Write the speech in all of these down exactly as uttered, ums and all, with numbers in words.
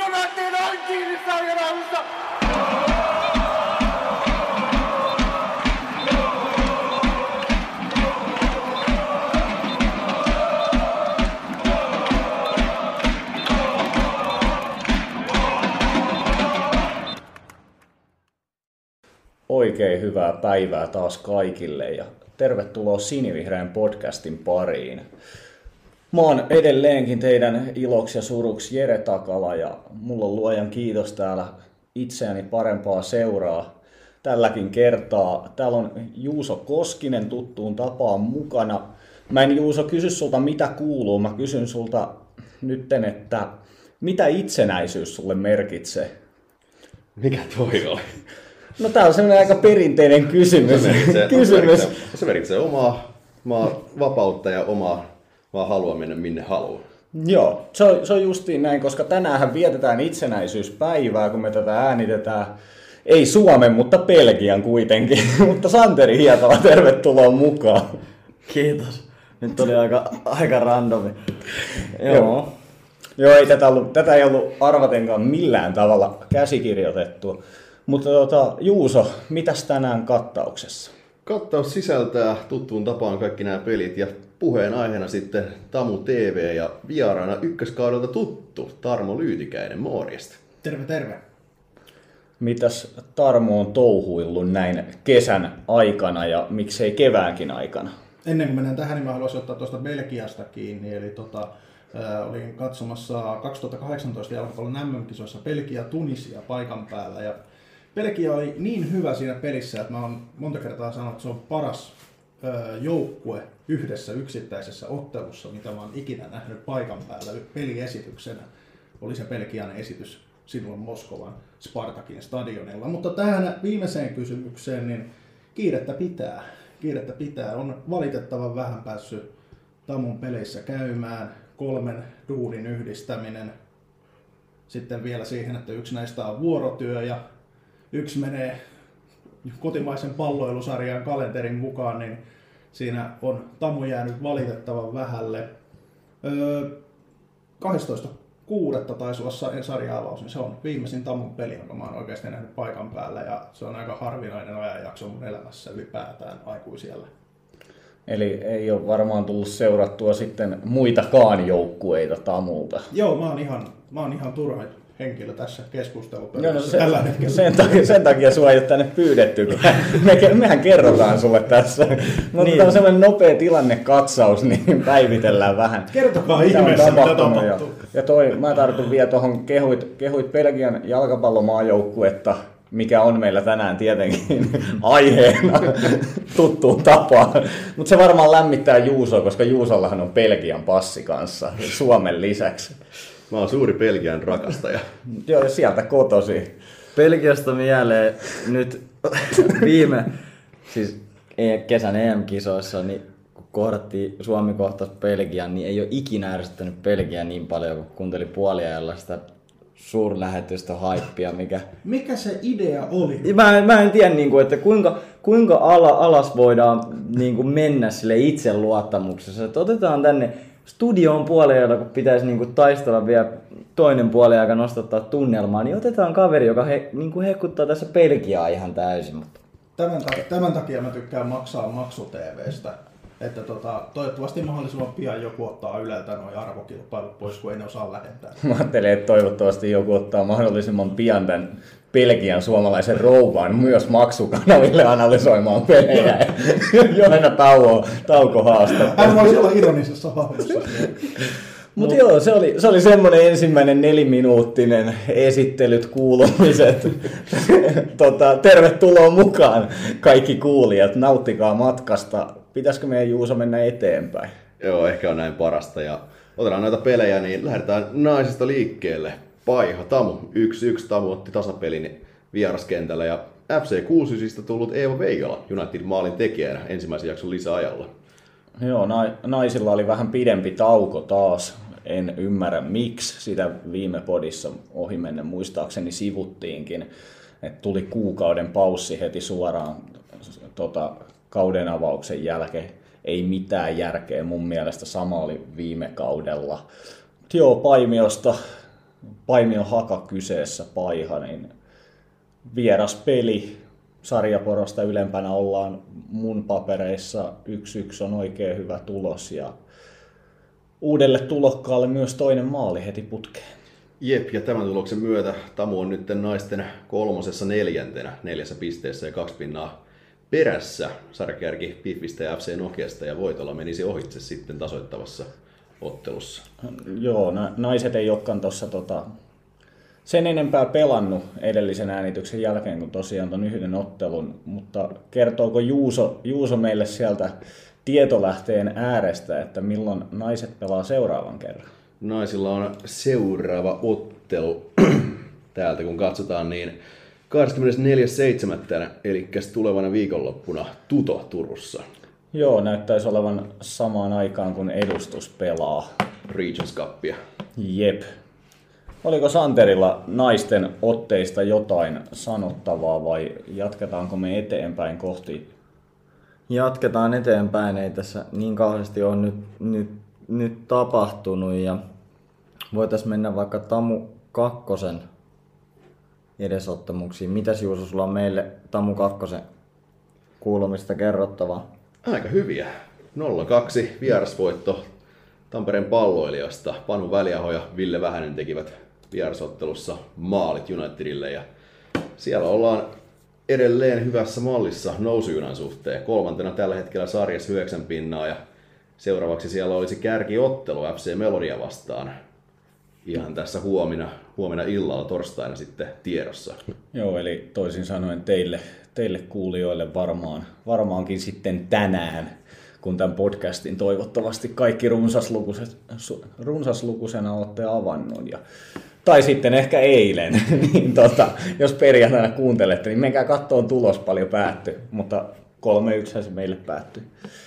United on kiinni sarjan alussa! Oikein hyvää päivää taas kaikille ja tervetuloa Sinivihreän podcastin pariin. Mä oon edelleenkin teidän iloksi ja suruksi Jere Takala ja mulla on luojan kiitos täällä itseäni parempaa seuraa tälläkin kertaa. Täällä on Juuso Koskinen tuttuun tapaan mukana. Mä en Juuso kysy sulta mitä kuuluu, mä kysyn sulta nytten, että mitä itsenäisyys sulle merkitsee? Mikä toi oli? No tää on semmoinen aika perinteinen kysymys. Se merkitsee, kysymys. Se merkitsee, se merkitsee omaa, omaa vapautta ja omaa vaan halua mennä minne haluaa. Joo, se on, se on justiin näin, koska tänäänhän vietetään itsenäisyyspäivää, kun me tätä äänitetään. Ei Suomen, mutta Belgian kuitenkin. Mutta Santeri Hietala, tervetuloa mukaan. Kiitos. Nyt oli aika, aika randomi. Joo. Joo, Joo ei tätä, ollut, tätä ei ollut arvatenkaan millään tavalla käsikirjoitettu. Mutta tota, Juuso, mitäs tänään kattauksessa? Kattaus sisältää tuttuun tapaan kaikki nämä pelit ja puheenaiheena sitten Tamu T V ja vieraana ykköskaudelta tuttu Tarmo Lyytikäinen. Morjesta. Terve, terve. Mitäs Tarmo on touhuillut näin kesän aikana ja miksei keväänkin aikana? Ennen kuin mennään tähän, niin mä haluaisin ottaa tuosta Belgiasta kiinni. Eli tota, äh, olin katsomassa kaksituhattakahdeksantoista jalkapallon M M-kisoissa Belgia-Tunisia paikan päällä. Ja Belgia oli niin hyvä siinä pelissä, että mä oon monta kertaa sanonut, että se on paras äh, joukkue yhdessä yksittäisessä ottelussa, mitä mä oon ikinä nähnyt paikan päällä peliesityksenä. Oli se Belgian esitys silloin Moskovan Spartakin stadionilla. Mutta tähän viimeiseen kysymykseen, niin kiirettä pitää. Kiirettä pitää. On valitettavan vähän päässyt Tamun peleissä käymään. Kolmen duunin yhdistäminen. Sitten vielä siihen, että yksi näistä on vuorotyö ja yksi menee kotimaisen palloilusarjan kalenterin mukaan, niin siinä on Tamu jäänyt valitettavan vähälle. Öö, kahdestoista kuudetta taisi olla sarja-avaus, niin se on viimeisin Tamun peli, jonka mä oon oikeasti nähnyt paikan päällä ja se on aika harvinainen ajanjakso mun elämässä ylipäätään aikuisiellä. Eli ei ole varmaan tullut seurattua sitten muitakaan joukkueita Tamulta. Joo, mä oon ihan, mä oon ihan turha henkilö tässä keskustelussa. No, no, se, tällä hetkellä. Sen takia, sen takia sua ei ole tänne pyydetty. Me, mehän kerrotaan sulle tässä. Mutta niin. Tämä on sellainen nopea tilannekatsaus, niin päivitellään vähän. Kertokaa ihmeessä, mitä tapahtuu. Ja, ja toi, mä tartun vielä tuohon, kehuit, kehuit Belgian jalkapallomaajoukkuetta, mikä on meillä tänään tietenkin aiheena tuttuun tapaan. Mutta se varmaan lämmittää Juusoa, koska Juusollahan on Belgian passi kanssa Suomen lisäksi. Mä oon suuri Belgian rakastaja. Joo, sieltä kotosi. Belgiasta mieleen nyt viime siis kesän E M-kisoissa, niin kun kohdattiin Suomi kohtas Belgian, niin ei ole ikinä ärsyttänyt Belgia niin paljon, kun kuunteli puoliajalla sitä suurlähetystä haippia, mikä... Mikä se idea oli? Mä, mä en tiedä, niin kuin, että kuinka, kuinka ala, alas voidaan niin kuin mennä sille itseluottamuksessa. Että otetaan tänne studioon puoliajalla, kun pitäisi niin kuin taistella vielä toinen puoliaika nostattaa tunnelmaa, niin otetaan kaveri, joka he, niin kuin hekuttaa tässä Belgiaa ihan täysin. Mutta... Tämän, tämän takia mä tykkään maksaa maksu-T V:stä. Että tota, toivottavasti mahdollisimman pian joku ottaa Yleltä nuo arvokilpailut pois, kun ei ne osaa lähettää. Mä ajattelen, että toivottavasti joku ottaa mahdollisimman pian tämän Belgian suomalaisen rouvan myös maksukanaville analysoimaan pelejä. Johanna tauko, taukohaastattelu. Hän voisi olla ironisessa hahmossa. Mutta joo, se oli, se oli semmoinen ensimmäinen neliminuuttinen esittelyt, kuulumiset. tota, tervetuloa mukaan kaikki kuulijat, nauttikaa matkasta. Pitäisikö meidän Juuso mennä eteenpäin? Joo, ehkä on näin parasta. Ja otetaan noita pelejä, niin lähdetään naisista liikkeelle. Paiha, Tamu, yksi yksi Tamu otti tasapelin vieraskentällä ja F C kuusikymmentä tullut Eeva Veikala United-maalin tekijänä ensimmäisen jakson lisäajalla. Joo, naisilla oli vähän pidempi tauko taas. En ymmärrä miksi. Sitä viime podissa ohimennen muistaakseni sivuttiinkin. Että tuli kuukauden paussi heti suoraan tota, kauden avauksen jälkeen. Ei mitään järkeä. Mun mielestä sama oli viime kaudella. Joo, Paimiosta Paimion Haka kyseessä Paiha, niin vieras peli. Sarjaporosta ylempänä ollaan mun papereissa. yksi yksi on oikein hyvä tulos ja uudelle tulokkaalle myös toinen maali heti putkeen. Jep, ja tämän tuloksen myötä Tamu on nyt naisten kolmosessa neljäntenä, neljässä pisteessä ja kaksi pinnaa perässä. Sarjakärki Piffistä ja F C Nokiasta ja voitolla menisi ohitse sitten tasoittavassa ottelussa. Joo, naiset ei olekaan tuossa tota, sen enempää pelannut edellisen äänityksen jälkeen kuin tosiaan ton yhden ottelun, mutta kertooko Juuso, Juuso meille sieltä tietolähteen äärestä, että milloin naiset pelaa seuraavan kerran? Naisilla on seuraava ottelu täältä, kun katsotaan, niin kahdeskymmenesneljäs seitsemättä eli tulevana viikonloppuna Tuto Turussa. Joo, näyttäisi olevan samaan aikaan, kun edustus pelaa. Regions Cupia. Jep. Oliko Santerilla naisten otteista jotain sanottavaa vai jatketaanko me eteenpäin kohti? Jatketaan eteenpäin, ei tässä niin kauheasti ole nyt, nyt, nyt tapahtunut ja voitaisiin mennä vaikka Tamu kakkosen edesottamuksiin. Mitäs Juuso, sulla on meille Tamu kakkosen kuulumista kerrottavaa? Aika hyviä. nolla kaksi vierasvoitto Tampereen Palloilijasta. Panu Väliaho ja Ville Vähänen tekivät vierasottelussa maalit Unitedille ja siellä ollaan edelleen hyvässä mallissa nousujunan suhteen. Kolmantena tällä hetkellä sarjassa yhdeksän pinnaa ja seuraavaksi siellä olisi kärkiottelu F C Melodia vastaan. Ihan tässä huomenna, huomenna illalla torstaina sitten tiedossa. Joo, eli toisin sanoen teille, teille kuulijoille varmaan, varmaankin sitten tänään, kun tämän podcastin toivottavasti kaikki runsaslukuiset, runsaslukuisena olette avannut. Ja, tai sitten ehkä eilen, niin tota, jos perjantaina kuuntelette, niin menkää katsomaan tulos paljon päättyi, mutta kolme yksi se meille päättyi.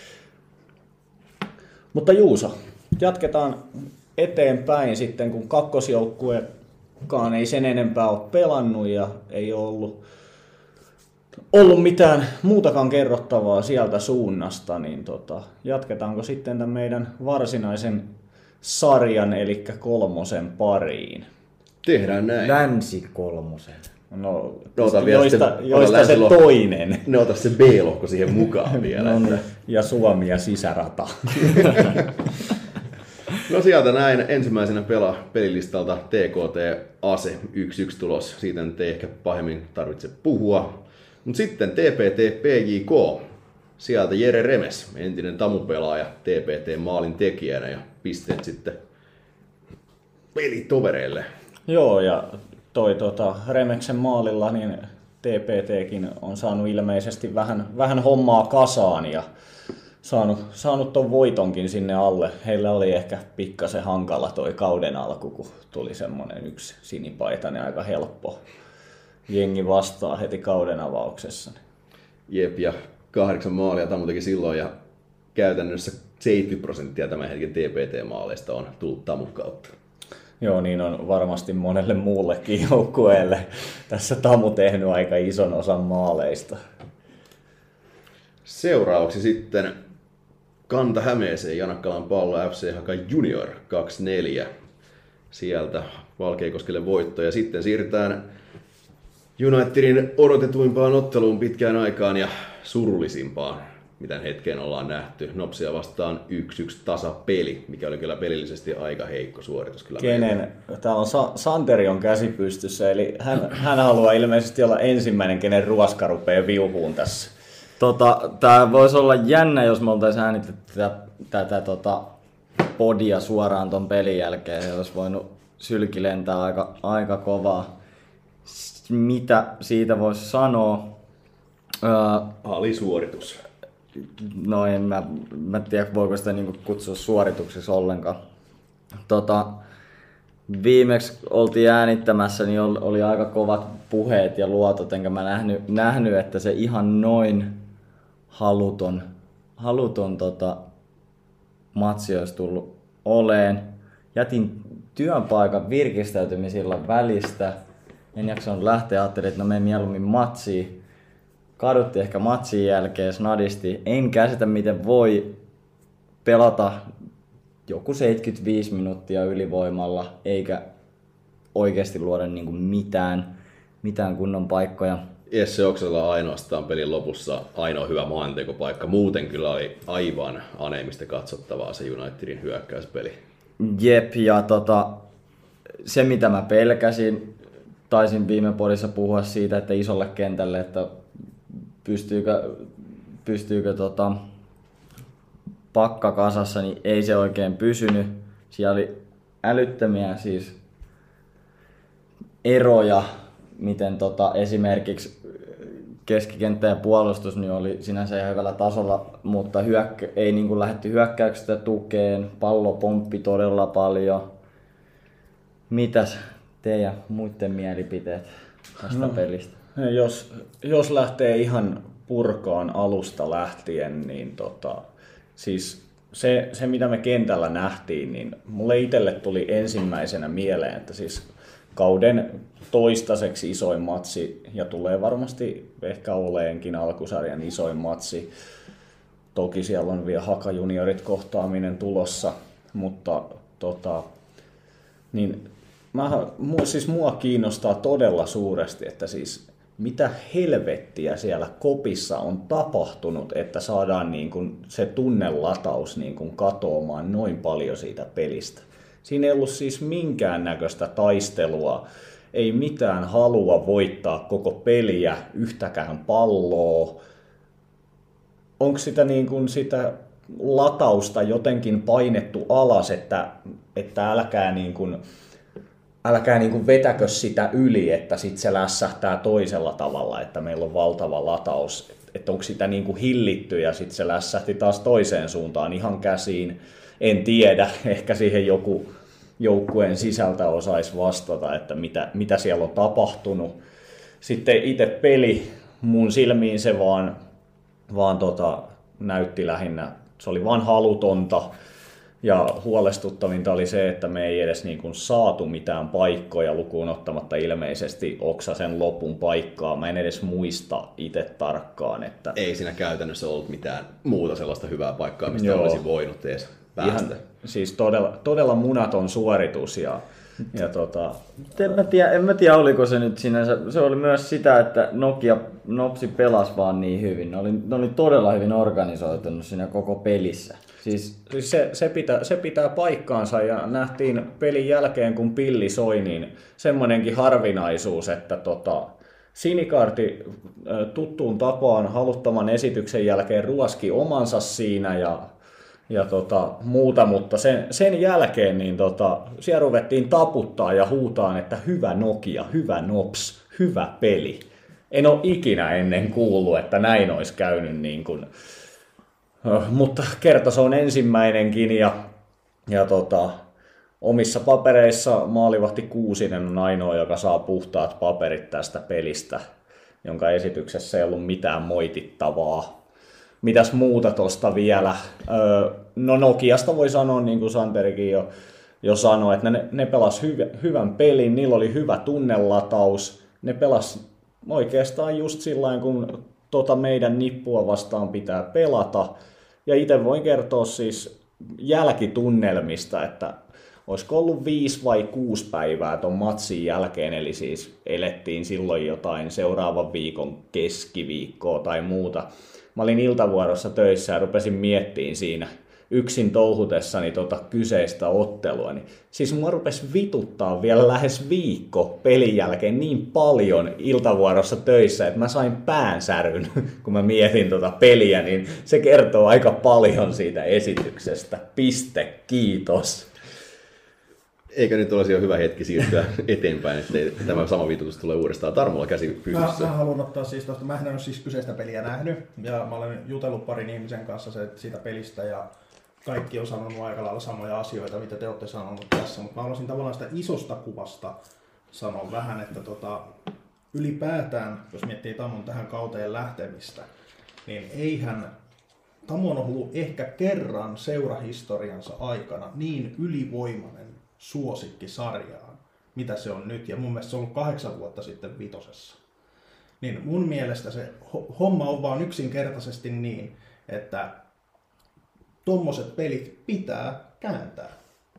Mutta Juuso, jatketaan eteenpäin sitten, kun kakkosjoukkuekaan ei sen enempää ole pelannut ja ei ole ollut, ollut mitään muutakaan kerrottavaa sieltä suunnasta, niin tota, jatketaanko sitten tämän meidän varsinaisen sarjan, eli kolmosen pariin? Tehdään näin. Länsi kolmosen. No, Otan joista, sitten, joista se länsilohko. toinen. Ne ota se B-lohko siihen mukaan vielä. No niin. Että. Ja Suomi ja sisärata. No sieltä näin ensimmäisenä pelaa pelilistalta T K T Ase yksi yksi tulos. Siitä nyt ei ehkä pahemmin tarvitse puhua. Mutta sitten T P T P J K. Sieltä Jere Remes, entinen Tamu-pelaaja, T P T maalin tekijänä ja pisteet sitten pelitovereille. Joo, ja toi tota, Remeksen maalilla niin T P T:kin on saanut ilmeisesti vähän, vähän hommaa kasaan ja saanut, saanut ton voitonkin sinne alle. Heillä oli ehkä pikkasen hankala toi kauden alku, kun tuli semmonen yksi sinipaitainen aika helppo jengi vastaan heti kauden avauksessa. Jep, ja kahdeksan maalia Tamu teki silloin ja käytännössä seitsemänkymmentä prosenttia tämän hetken T P T-maaleista on tullut Tamun kautta. Joo, niin on varmasti monelle muullekin joukkueelle tässä Tamu tehnyt aika ison osan maaleista. Seuraavaksi sitten Kanta-Hämeeseen Janakkalan Pallo F C Haka Junior kaksi neljä. Sieltä Valkeakoskelle voitto ja sitten siirrytään Unitedin odotetuimpaan otteluun pitkään aikaan ja surullisimpaan, mitä hetkeen ollaan nähty. Nopsia vastaan yksi yksi tasapeli, mikä oli kyllä pelillisesti aika heikko suoritus. Kyllä Kenen? Tää on Sa- Santeri on käsi pystyssä, eli hän, hän haluaa ilmeisesti olla ensimmäinen, kenen ruoska rupeaa viuhuun tässä. Tota, tää voisi olla jännä, jos me oltaisiin äänitetty tätä, tätä tota, podia suoraan ton pelin jälkeen. Se olisi voinut sylki lentää aika, aika kovaa. S- mitä siitä voisi sanoa? Öö, alisuoritus. no en mä, mä tiedä, voiko sitä niinku kutsua suoritukseksi ollenkaan. Tota, viimeksi oltiin äänittämässä, niin oli, oli aika kovat puheet ja luotot, enkä mä nähnyt, nähnyt että se ihan noin haluton, haluton tota, matsi olisi tullut oleen. Jätin työpaikan virkistäytymisillä välistä. En jaksanut lähteä, ajattelin, että no menen mieluummin matsiin. Kadutti ehkä matsin jälkeen snadisti. En käsitä, miten voi pelata joku seitsemänkymmentäviisi minuuttia ylivoimalla, eikä oikeasti luoda niin kuin mitään, mitään kunnon paikkoja. Jesse Oksala ainoastaan pelin lopussa ainoa hyvä maalintekopaikka. Muuten kyllä oli aivan aneemista katsottavaa se Unitedin hyökkäyspeli. Jep, ja tota, se mitä mä pelkäsin, taisin viime podissa puhua siitä, että isolle kentälle, että pystyykö, pystyykö tota, pakka kasassa, niin ei se oikein pysynyt. Siellä oli älyttömiä siis eroja, miten tota, esimerkiksi keskikenttä ja puolustus niin oli sinänsä ihan hyvällä tasolla, mutta hyökkä, ei niin kuin lähdetty hyökkäyksestä tukeen, pallo pomppi todella paljon. Mitäs teidän muiden mielipiteet tästä no, pelistä? Jos, jos lähtee ihan purkaan alusta lähtien, niin tota, siis se, se mitä me kentällä nähtiin, niin mulle itselle tuli ensimmäisenä mieleen, että siis kauden toistaiseksi isoin matsi, ja tulee varmasti ehkä oleenkin alkusarjan isoin matsi. Toki siellä on vielä Haka juniorit kohtaaminen tulossa, mutta tota, niin, mä, siis mua kiinnostaa todella suuresti, että siis mitä helvettiä siellä kopissa on tapahtunut, että saadaan niin kuin se tunnelataus niin kuin katoamaan noin paljon siitä pelistä. Siinä ei ollut siis minkäännäköistä taistelua, ei mitään halua voittaa koko peliä, yhtäkään palloa. Onko sitä, niin kuin sitä latausta jotenkin painettu alas, että, että älkää, niin kuin, älkää niin kuin vetäkö sitä yli, että sitten se lässähtää toisella tavalla, että meillä on valtava lataus. Että onko sitä niin kuin hillitty ja sitten se lässähti taas toiseen suuntaan ihan käsiin. En tiedä, ehkä siihen joku joukkueen sisältä osaisi vastata, että mitä, mitä siellä on tapahtunut. Sitten itse peli, mun silmiin se vaan, vaan tota, näytti lähinnä, se oli vaan halutonta. Ja huolestuttavinta oli se, että me ei edes niin kuin saatu mitään paikkoja lukuun ottamatta ilmeisesti Oksasen lopun paikkaa. Mä en edes muista itse tarkkaan. Että ei siinä käytännössä ollut mitään muuta sellaista hyvää paikkaa, mistä Joo. olisi voinut edes päästä. Ihan, siis todella, todella munaton suoritus. Ja, ja tota... en, mä tiedä, en mä tiedä, oliko se nyt sinänsä. Se oli myös sitä, että Nokia Nopsi pelasi vaan niin hyvin. Ne oli, ne oli todella hyvin organisoitunut siinä koko pelissä. Siis, siis se, se, pitää, se pitää paikkaansa ja nähtiin pelin jälkeen, kun pilli soi, niin semmoinenkin harvinaisuus, että tota, Sinikarti tuttuun tapaan haluttoman esityksen jälkeen ruoski omansa siinä ja, ja tota, muuta, mutta sen, sen jälkeen niin tota, siellä ruvettiin taputtaa ja huutaan, että hyvä Nokia, hyvä Nops, hyvä peli. En ole ikinä ennen kuullut, että näin olisi käynyt niin kuin, mutta kerta se on ensimmäinenkin ja, ja tota, omissa papereissa maalivahti Kuusinen on ainoa, joka saa puhtaat paperit tästä pelistä, jonka esityksessä ei ollut mitään moitittavaa. Mitäs muuta tuosta vielä? Öö, no Nokiasta voi sanoa, niin kuin Santerikin jo, jo sanoi, että ne, ne pelasi hyv, hyvän pelin, niillä oli hyvä tunnelataus, ne pelasi oikeastaan just sillain, kun tota meidän nippua vastaan pitää pelata. Ja itse voin kertoa siis jälkitunnelmista, että olisiko ollut viisi vai kuusi päivää ton matsin jälkeen, eli siis elettiin silloin jotain seuraavan viikon keskiviikkoa tai muuta. Mä olin iltavuorossa töissä ja rupesin miettimään siinä yksin touhutessani tota kyseistä ottelua, niin siis mua rupesi vituttaa vielä lähes viikko pelin jälkeen niin paljon iltavuorossa töissä, että mä sain päänsäryn, kun mä mietin tota peliä, niin se kertoo aika paljon siitä esityksestä. Piste, kiitos. Eikö nyt olisi jo hyvä hetki siirtyä eteenpäin, ettei tämä sama vitutus tule uudestaan. Tarmolla käsi pystyssä. Mä, mä haluan ottaa siis tuosta, mä en ole siis kyseistä peliä nähnyt, ja mä olen jutellut parin ihmisen kanssa se, siitä pelistä, ja kaikki on sanonut aika lailla samoja asioita, mitä te olette sanonut tässä, mutta mä haluaisin tavallaan sitä isosta kuvasta sanoa vähän, että tota, ylipäätään, jos miettii Tamon tähän kauteen lähtemistä, niin eihän Tamo on ollut ehkä kerran seurahistoriansa aikana niin ylivoimainen suosikki sarjaan, mitä se on nyt, ja mun mielestä se on ollut kahdeksan vuotta sitten vitosessa. Niin mun mielestä se homma on vaan yksinkertaisesti niin, että tommoset pelit pitää kääntää.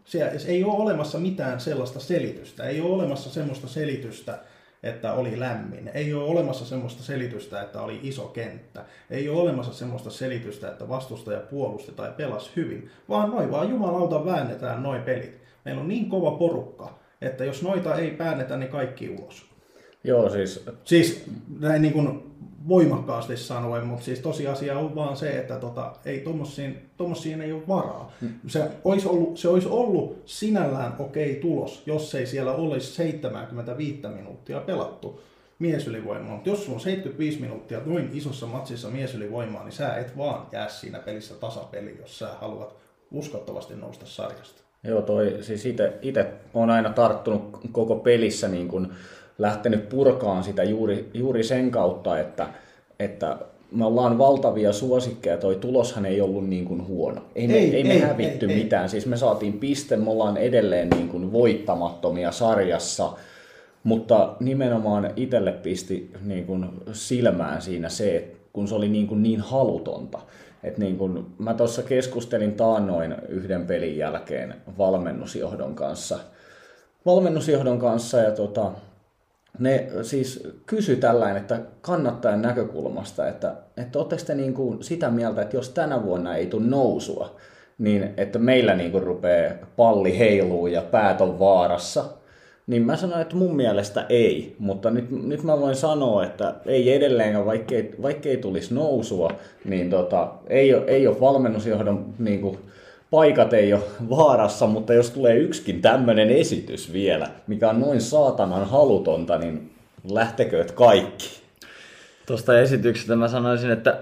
Se ei ole olemassa mitään sellaista selitystä. Ei ole olemassa semmoista selitystä, että oli lämmin. Ei ole olemassa semmoista selitystä, että oli iso kenttä. Ei ole olemassa semmoista selitystä, että vastustaja puolusti tai pelasi hyvin. Vaan noin vaan jumalauta väännetään noi pelit. Meillä on niin kova porukka, että jos noita ei päännetä, niin kaikki ulos. Joo, siis... Siis näin niin kuin voimakkaasti sanoen, mutta siis tosiasia on vaan se, että tota, ei tommosiin, tommosiin ei ole varaa. Hmm. Se olisi ollut, se olisi ollut sinällään okei tulos, jos ei siellä olisi seitsemänkymmentäviisi minuuttia pelattu miesylivoimaa. Mutta jos sulla on seitsemänkymmentäviisi minuuttia noin isossa matsissa miesylivoimaa, niin sä et vaan jää siinä pelissä tasapeli, jos sä haluat uskottavasti nousta sarjasta. Joo, toi, siis itse olen aina tarttunut koko pelissä niin kun lähtenyt purkaan sitä juuri, juuri sen kautta, että, että me ollaan valtavia suosikkeja. Toi tuloshan ei ollut niin kuin huono. Ei me, ei, ei me ei, hävitty ei, mitään. Ei. Siis me saatiin piste, me ollaan edelleen niin kuin voittamattomia sarjassa. Mutta nimenomaan itselle pisti niin kuin silmään siinä se, että kun se oli niin, kuin niin halutonta. Et niin kuin mä tuossa keskustelin taannoin yhden pelin jälkeen valmennusjohdon kanssa. Valmennusjohdon kanssa ja tota, ne siis kysyi tällainen, että kannattajan näkökulmasta, että, että ootteko te niin kuin sitä mieltä, että jos tänä vuonna ei tule nousua, niin että meillä niin kuin rupeaa palli heiluu ja päät on vaarassa. Niin mä sanoin, että mun mielestä ei, mutta nyt, nyt mä voin sanoa, että ei edelleenkään, vaikkei, vaikkei tulisi nousua, niin tota, ei, ole, ei ole valmennusjohdon niin kuin, paikat ei ole vaarassa, mutta jos tulee yksikin tämmöinen esitys vielä, mikä on noin saatanan halutonta, niin lähtekööt kaikki. Tuosta esityksestä mä sanoisin, että,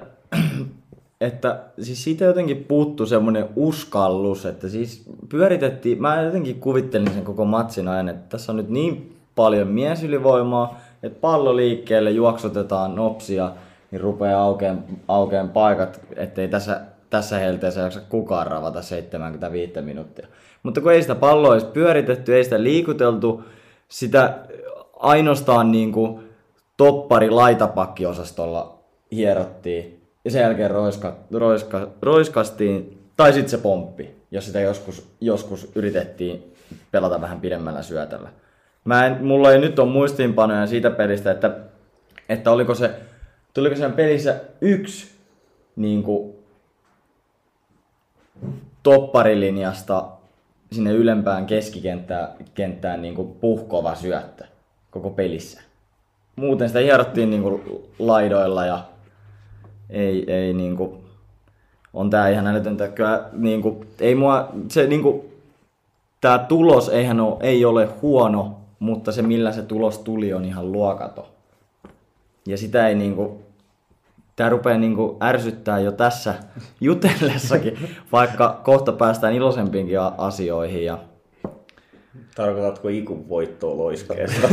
että siis siitä jotenkin puuttui semmoinen uskallus, että siis pyöritettiin, mä jotenkin kuvittelin sen koko matsin ajan, että tässä on nyt niin paljon miesylivoimaa, että pallo liikkeelle juoksutetaan nopsia, niin rupeaa aukeen, aukeen paikat, ettei tässä tässä helteessä jaksa kukaan ravata seitsemänkymmentäviisi minuuttia. Mutta kun ei sitä palloa olisi pyöritetty, ei sitä liikuteltu, sitä ainoastaan niin kuin toppari laitapakkiosastolla hierottiin ja sen jälkeen roiska, roiska, roiskastiin, tai sitten se pomppi, jos sitä joskus, joskus yritettiin pelata vähän pidemmällä syötöllä. Mä en, mulla ei nyt ole muistiinpanoja siitä pelistä, että, että oliko se, tuliko sen pelissä yksi niin kuin topparilinjasta sinne ylempään keskikenttään kenttään niin kuin puhkova syöttö koko pelissä. Muuten sitä hierottiin niin kuin laidoilla ja ei, ei niin kuin, on tää ihan älytöntä. Kyllä niin kuin, ei mua, se niin kuin, tää tulos eihän ole, ei ole huono, mutta se millä se tulos tuli on ihan luokaton. Ja sitä ei niin kuin, tää rupeaa niinku ärsyttää jo tässä jutellessakin, vaikka kohta päästään iloisempiinkin asioihin. Ja... Tarkoitatko ikun voittoa loiskeesta?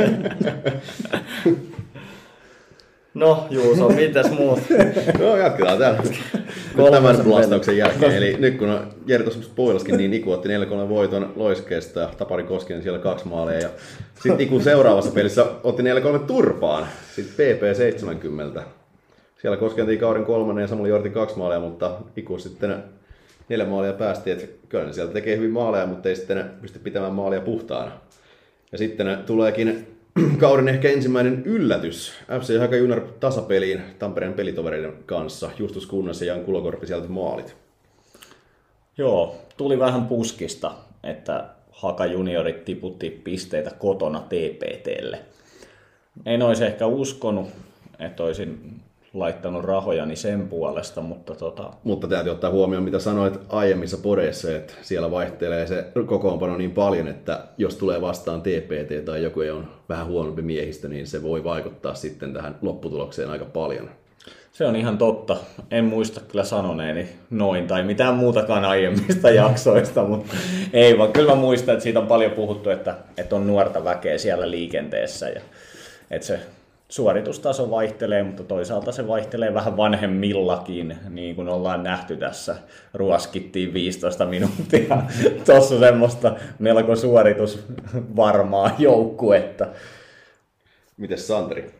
No Juuso, mitäs muut? No jatketaan täällä tämän blastauksen jälkeen. Eli nyt kun Jere tuossa spoilaskin, niin Iku otti neljä kolme voiton loiskeesta ja Tapari Koskinen siellä kaksi maalia. Ja sitten Iku seuraavassa pelissä otti neljä kolme turpaan, sitten P P seitsemänkymmentä. Siellä Koskentiin kauden kolmannen ja Samuli Jorti kaksi maalia, mutta Iku sitten neljä maalia päästi. Että kyllä ne sieltä tekee hyvin maaleja, mutta ei sitten pysty pitämään maalia puhtaana. Ja sitten tuleekin kauden ehkä ensimmäinen yllätys. F C Haka Junior tasapeliin Tampereen pelitovereiden kanssa. Justus Kunnas ja Jan Kulokorpi sieltä maalit. Joo, tuli vähän puskista, että Haka Juniorit tiputti pisteitä kotona T P T:lle. En olisi ehkä uskonut, että olisin laittanut rahojani sen puolesta, mutta tota... Mutta täytyy ottaa huomioon, mitä sanoit aiemmissa podeissa, että siellä vaihtelee se kokoonpano niin paljon, että jos tulee vastaan T P T tai joku on vähän huonompi miehistä, niin se voi vaikuttaa sitten tähän lopputulokseen aika paljon. Se on ihan totta. En muista kyllä sanoneeni noin tai mitään muutakaan aiemmista jaksoista, mutta ei vaan kyllä mä muistan, että siitä on paljon puhuttu, että, että on nuorta väkeä siellä liikenteessä ja että se suoritustaso vaihtelee, mutta toisaalta se vaihtelee vähän vanhemmillakin, niin kuin ollaan nähty tässä. Ruoskittiin viisitoista minuuttia. Tuossa semmoista melko suoritusvarmaa joukkuetta. Mites Santeri?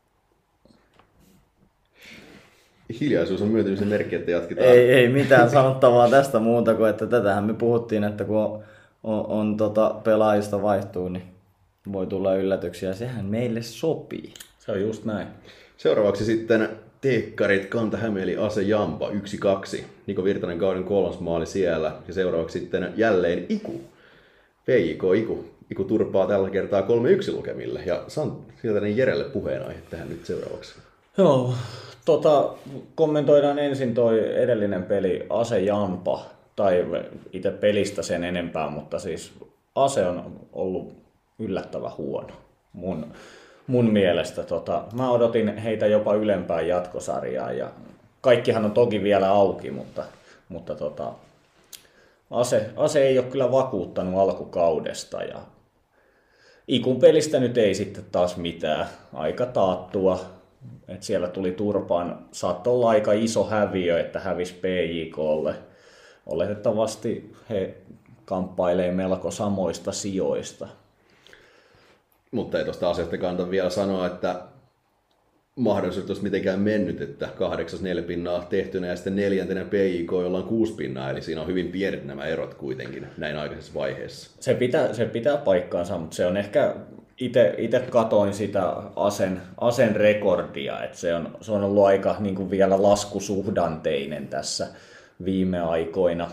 Hiljaisuus on myöntymisen merkki, että jatketaan. Ei, ei mitään sanottavaa tästä muuta kuin, että tätähän me puhuttiin, että kun on, on tota, pelaajista vaihtuu, niin voi tulla yllätyksiä. Sehän meille sopii. Se on just näin. Seuraavaksi sitten Teekkarit, Kanta-Hämeeli, Ase Jampa, yksi kaksi. Niko Virtanen kauden kolmas maali siellä. Ja seuraavaksi sitten jälleen Iku. P J K Iku. Iku turpaa tällä kertaa kolme yksi lukemille. Ja saan sieltä niin Jerelle puheenaihe tähän nyt seuraavaksi. Joo, tota, kommentoidaan ensin toi edellinen peli Ase Jampa. Tai itse pelistä sen enempää, mutta siis Ase on ollut yllättävän huono mun, mun mielestä. Tota, mä odotin heitä jopa ylempään jatkosarjaan ja kaikkihan on toki vielä auki, mutta, mutta tota, Ase, Ase ei ole kyllä vakuuttanut alkukaudesta ja Ikun pelistä nyt ei sitten taas mitään. Aika taattua, että siellä tuli turpaan. Saattoi olla aika iso häviö, että hävisi P J K:lle. Oletettavasti he kamppailee melko samoista sijoista. Mutta ei tuosta asiasta kannata vielä sanoa, että mahdollisuus olisi mitenkään mennyt, että kahdeksas neljä pinnaa tehtynä ja sitten neljäntenä P J K, jolla on kuusi pinnaa, eli siinä on hyvin pienet nämä erot kuitenkin näin aikaisessa vaiheessa. Se pitää, se pitää paikkaansa, mutta se on ehkä, itse katoin sitä Asen, Asen rekordia, että se on, se on ollut aika niin kuin vielä laskusuhdanteinen tässä viime aikoina.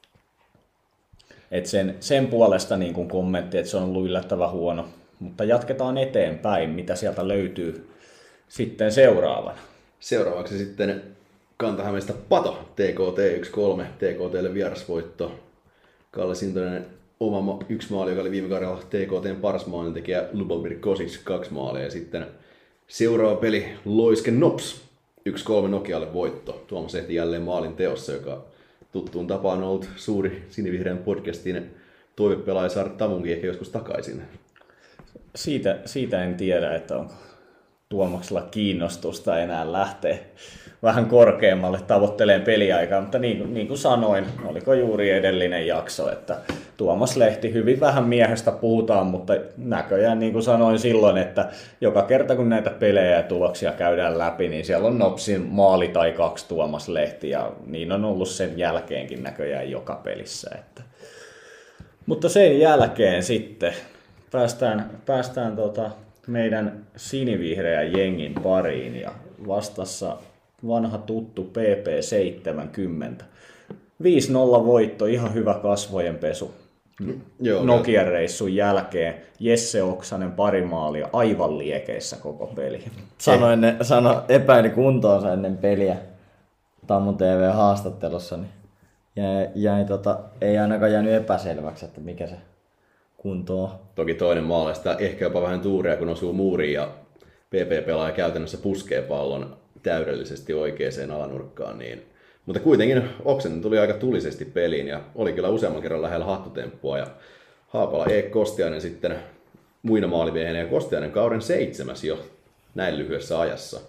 Et sen, sen puolesta niin kuin kommentti, että se on ollut yllättävän huono, mutta jatketaan eteenpäin, mitä sieltä löytyy sitten seuraavana. Seuraavaksi sitten Kanta-Hämeestä Pato, T K T yksi kolme, T K T:lle vierasvoitto. Kalle Sintonen oma ma- yksi maali, joka oli viime kaudella T K T:n paras maalintekijä, Lubomir Kosic kaksi maalia. Ja sitten seuraava peli Loiske Nops, yksi kolme Nokialle voitto. Tuomas ehti jälleen maalin teossa, joka tuttuun tapaan on ollut suuri sinivihreän podcastin toivepelaaja saada Tamunkin ehkä joskus takaisin. Siitä, siitä en tiedä, että onko Tuomaksella kiinnostusta enää lähteä vähän korkeammalle tavoitteleen peliaikaa, mutta niin, niin kuin sanoin, oliko juuri edellinen jakso, että Tuomas Lehti, hyvin vähän miehestä puhutaan, mutta näköjään niin kuin sanoin silloin, että joka kerta kun näitä pelejä ja tuloksia käydään läpi, niin siellä on Nopsin maali tai kaksi Tuomas Lehti ja niin on ollut sen jälkeenkin näköjään joka pelissä. Että. Mutta sen jälkeen sitten päästään, päästään tota meidän sinivihreän jengin pariin ja vastassa vanha tuttu P P seitsemänkymmentä. viisi nolla voitto, ihan hyvä kasvojenpesu. Joo, Nokian reissun jälkeen Jesse Oksanen pari maalia, aivan liekeissä koko peli. Sano ennen, sano, epäili kuntoonsa ennen peliä Tammu T V-haastattelussa, niin jäi, jäi, tota, ei ainakaan jäänyt epäselväksi, että mikä se kunto on. Toki toinen maalista ehkä jopa vähän tuuria, kun osuu muuriin ja P P-pelaaja käytännössä puskee pallon täydellisesti oikeaan alanurkkaan. Niin. Mutta kuitenkin Oksanen tuli aika tulisesti peliin ja oli kyllä useamman kerran lähellä hattutemppua. Ja Haapala E. Kostiainen sitten muina maaliviehenä ja Kostiainen kauden seitsemäs jo näin lyhyessä ajassa.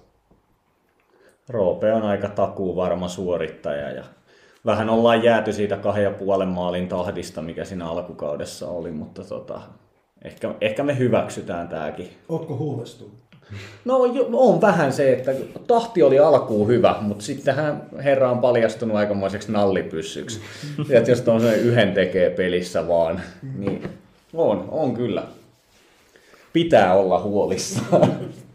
Roope on aika takuuvarma suorittaja ja vähän ollaan jääty siitä kahden ja puolen maalin tahdista, mikä siinä alkukaudessa oli, mutta tota, ehkä, ehkä me hyväksytään tääkin. Ootko huolestunut? No on vähän se, että tahti oli alkuun hyvä, mutta sittenhän herra on paljastunut aikamoiseksi nallipyssyksi. Että jos tuon yhden tekee pelissä vaan, niin on, on kyllä. Pitää olla huolissaan.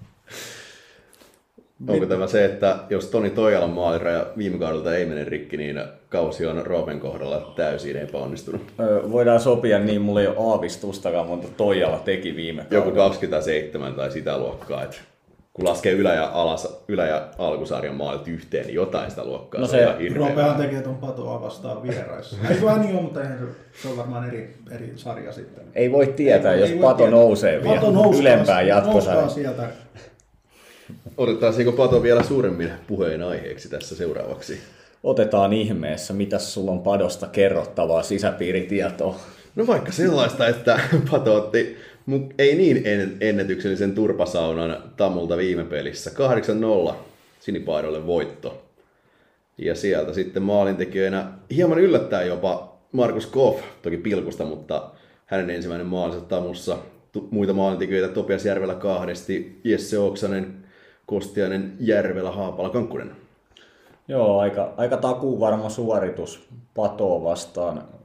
Onko tämä se, että jos Toni Toijalan maaliraja viime kaudelta ei mene rikki, niin kausi on Roopen kohdalla täysin epäonnistunut? Öö, voidaan sopia niin, mulla ei ole aavistustakaan, mutta Toijala teki viime kaudella. Joku kaksikymmentäseitsemän tai sitä luokkaa, että kun laskee ylä- ja, alas, ylä- ja alkusarjan maalit yhteen, niin jotain sitä luokkaa. No se, se- on ihan hirveä. Roopehan tekee ton Patoa vastaan vieraissa. Ei vaan niin ole, mutta eihän se, se on varmaan eri, eri sarja sitten. Ei voi tietää, Ei- jos ei voi Pato tietää. nousee vielä Pato noustaan- ylempään noustaan jatkosarjaan. sieltä. Otettaisiinko Pato vielä suuremmin puheen aiheeksi tässä seuraavaksi? Otetaan ihmeessä, mitäs sulla on Padosta kerrottavaa sisäpiiritietoa? No vaikka sellaista, että Pato otti mu- ei niin en- ennätyksellisen turpasaunan Tamulta viime pelissä. kahdeksan nolla sinipaidolle voitto. Ja sieltä sitten maalintekijöinä hieman yllättää jopa Markus Koff, toki pilkusta, mutta hänen ensimmäinen maalinsa Tamussa. Tu- muita maalintekijöitä Topias Järvelä kahdesti, Jesse Oksanen, Kostiainen, Järvelä, Haapala, Kankkunen. Joo, aika, aika takuuvarma suoritus Patoa vastaan.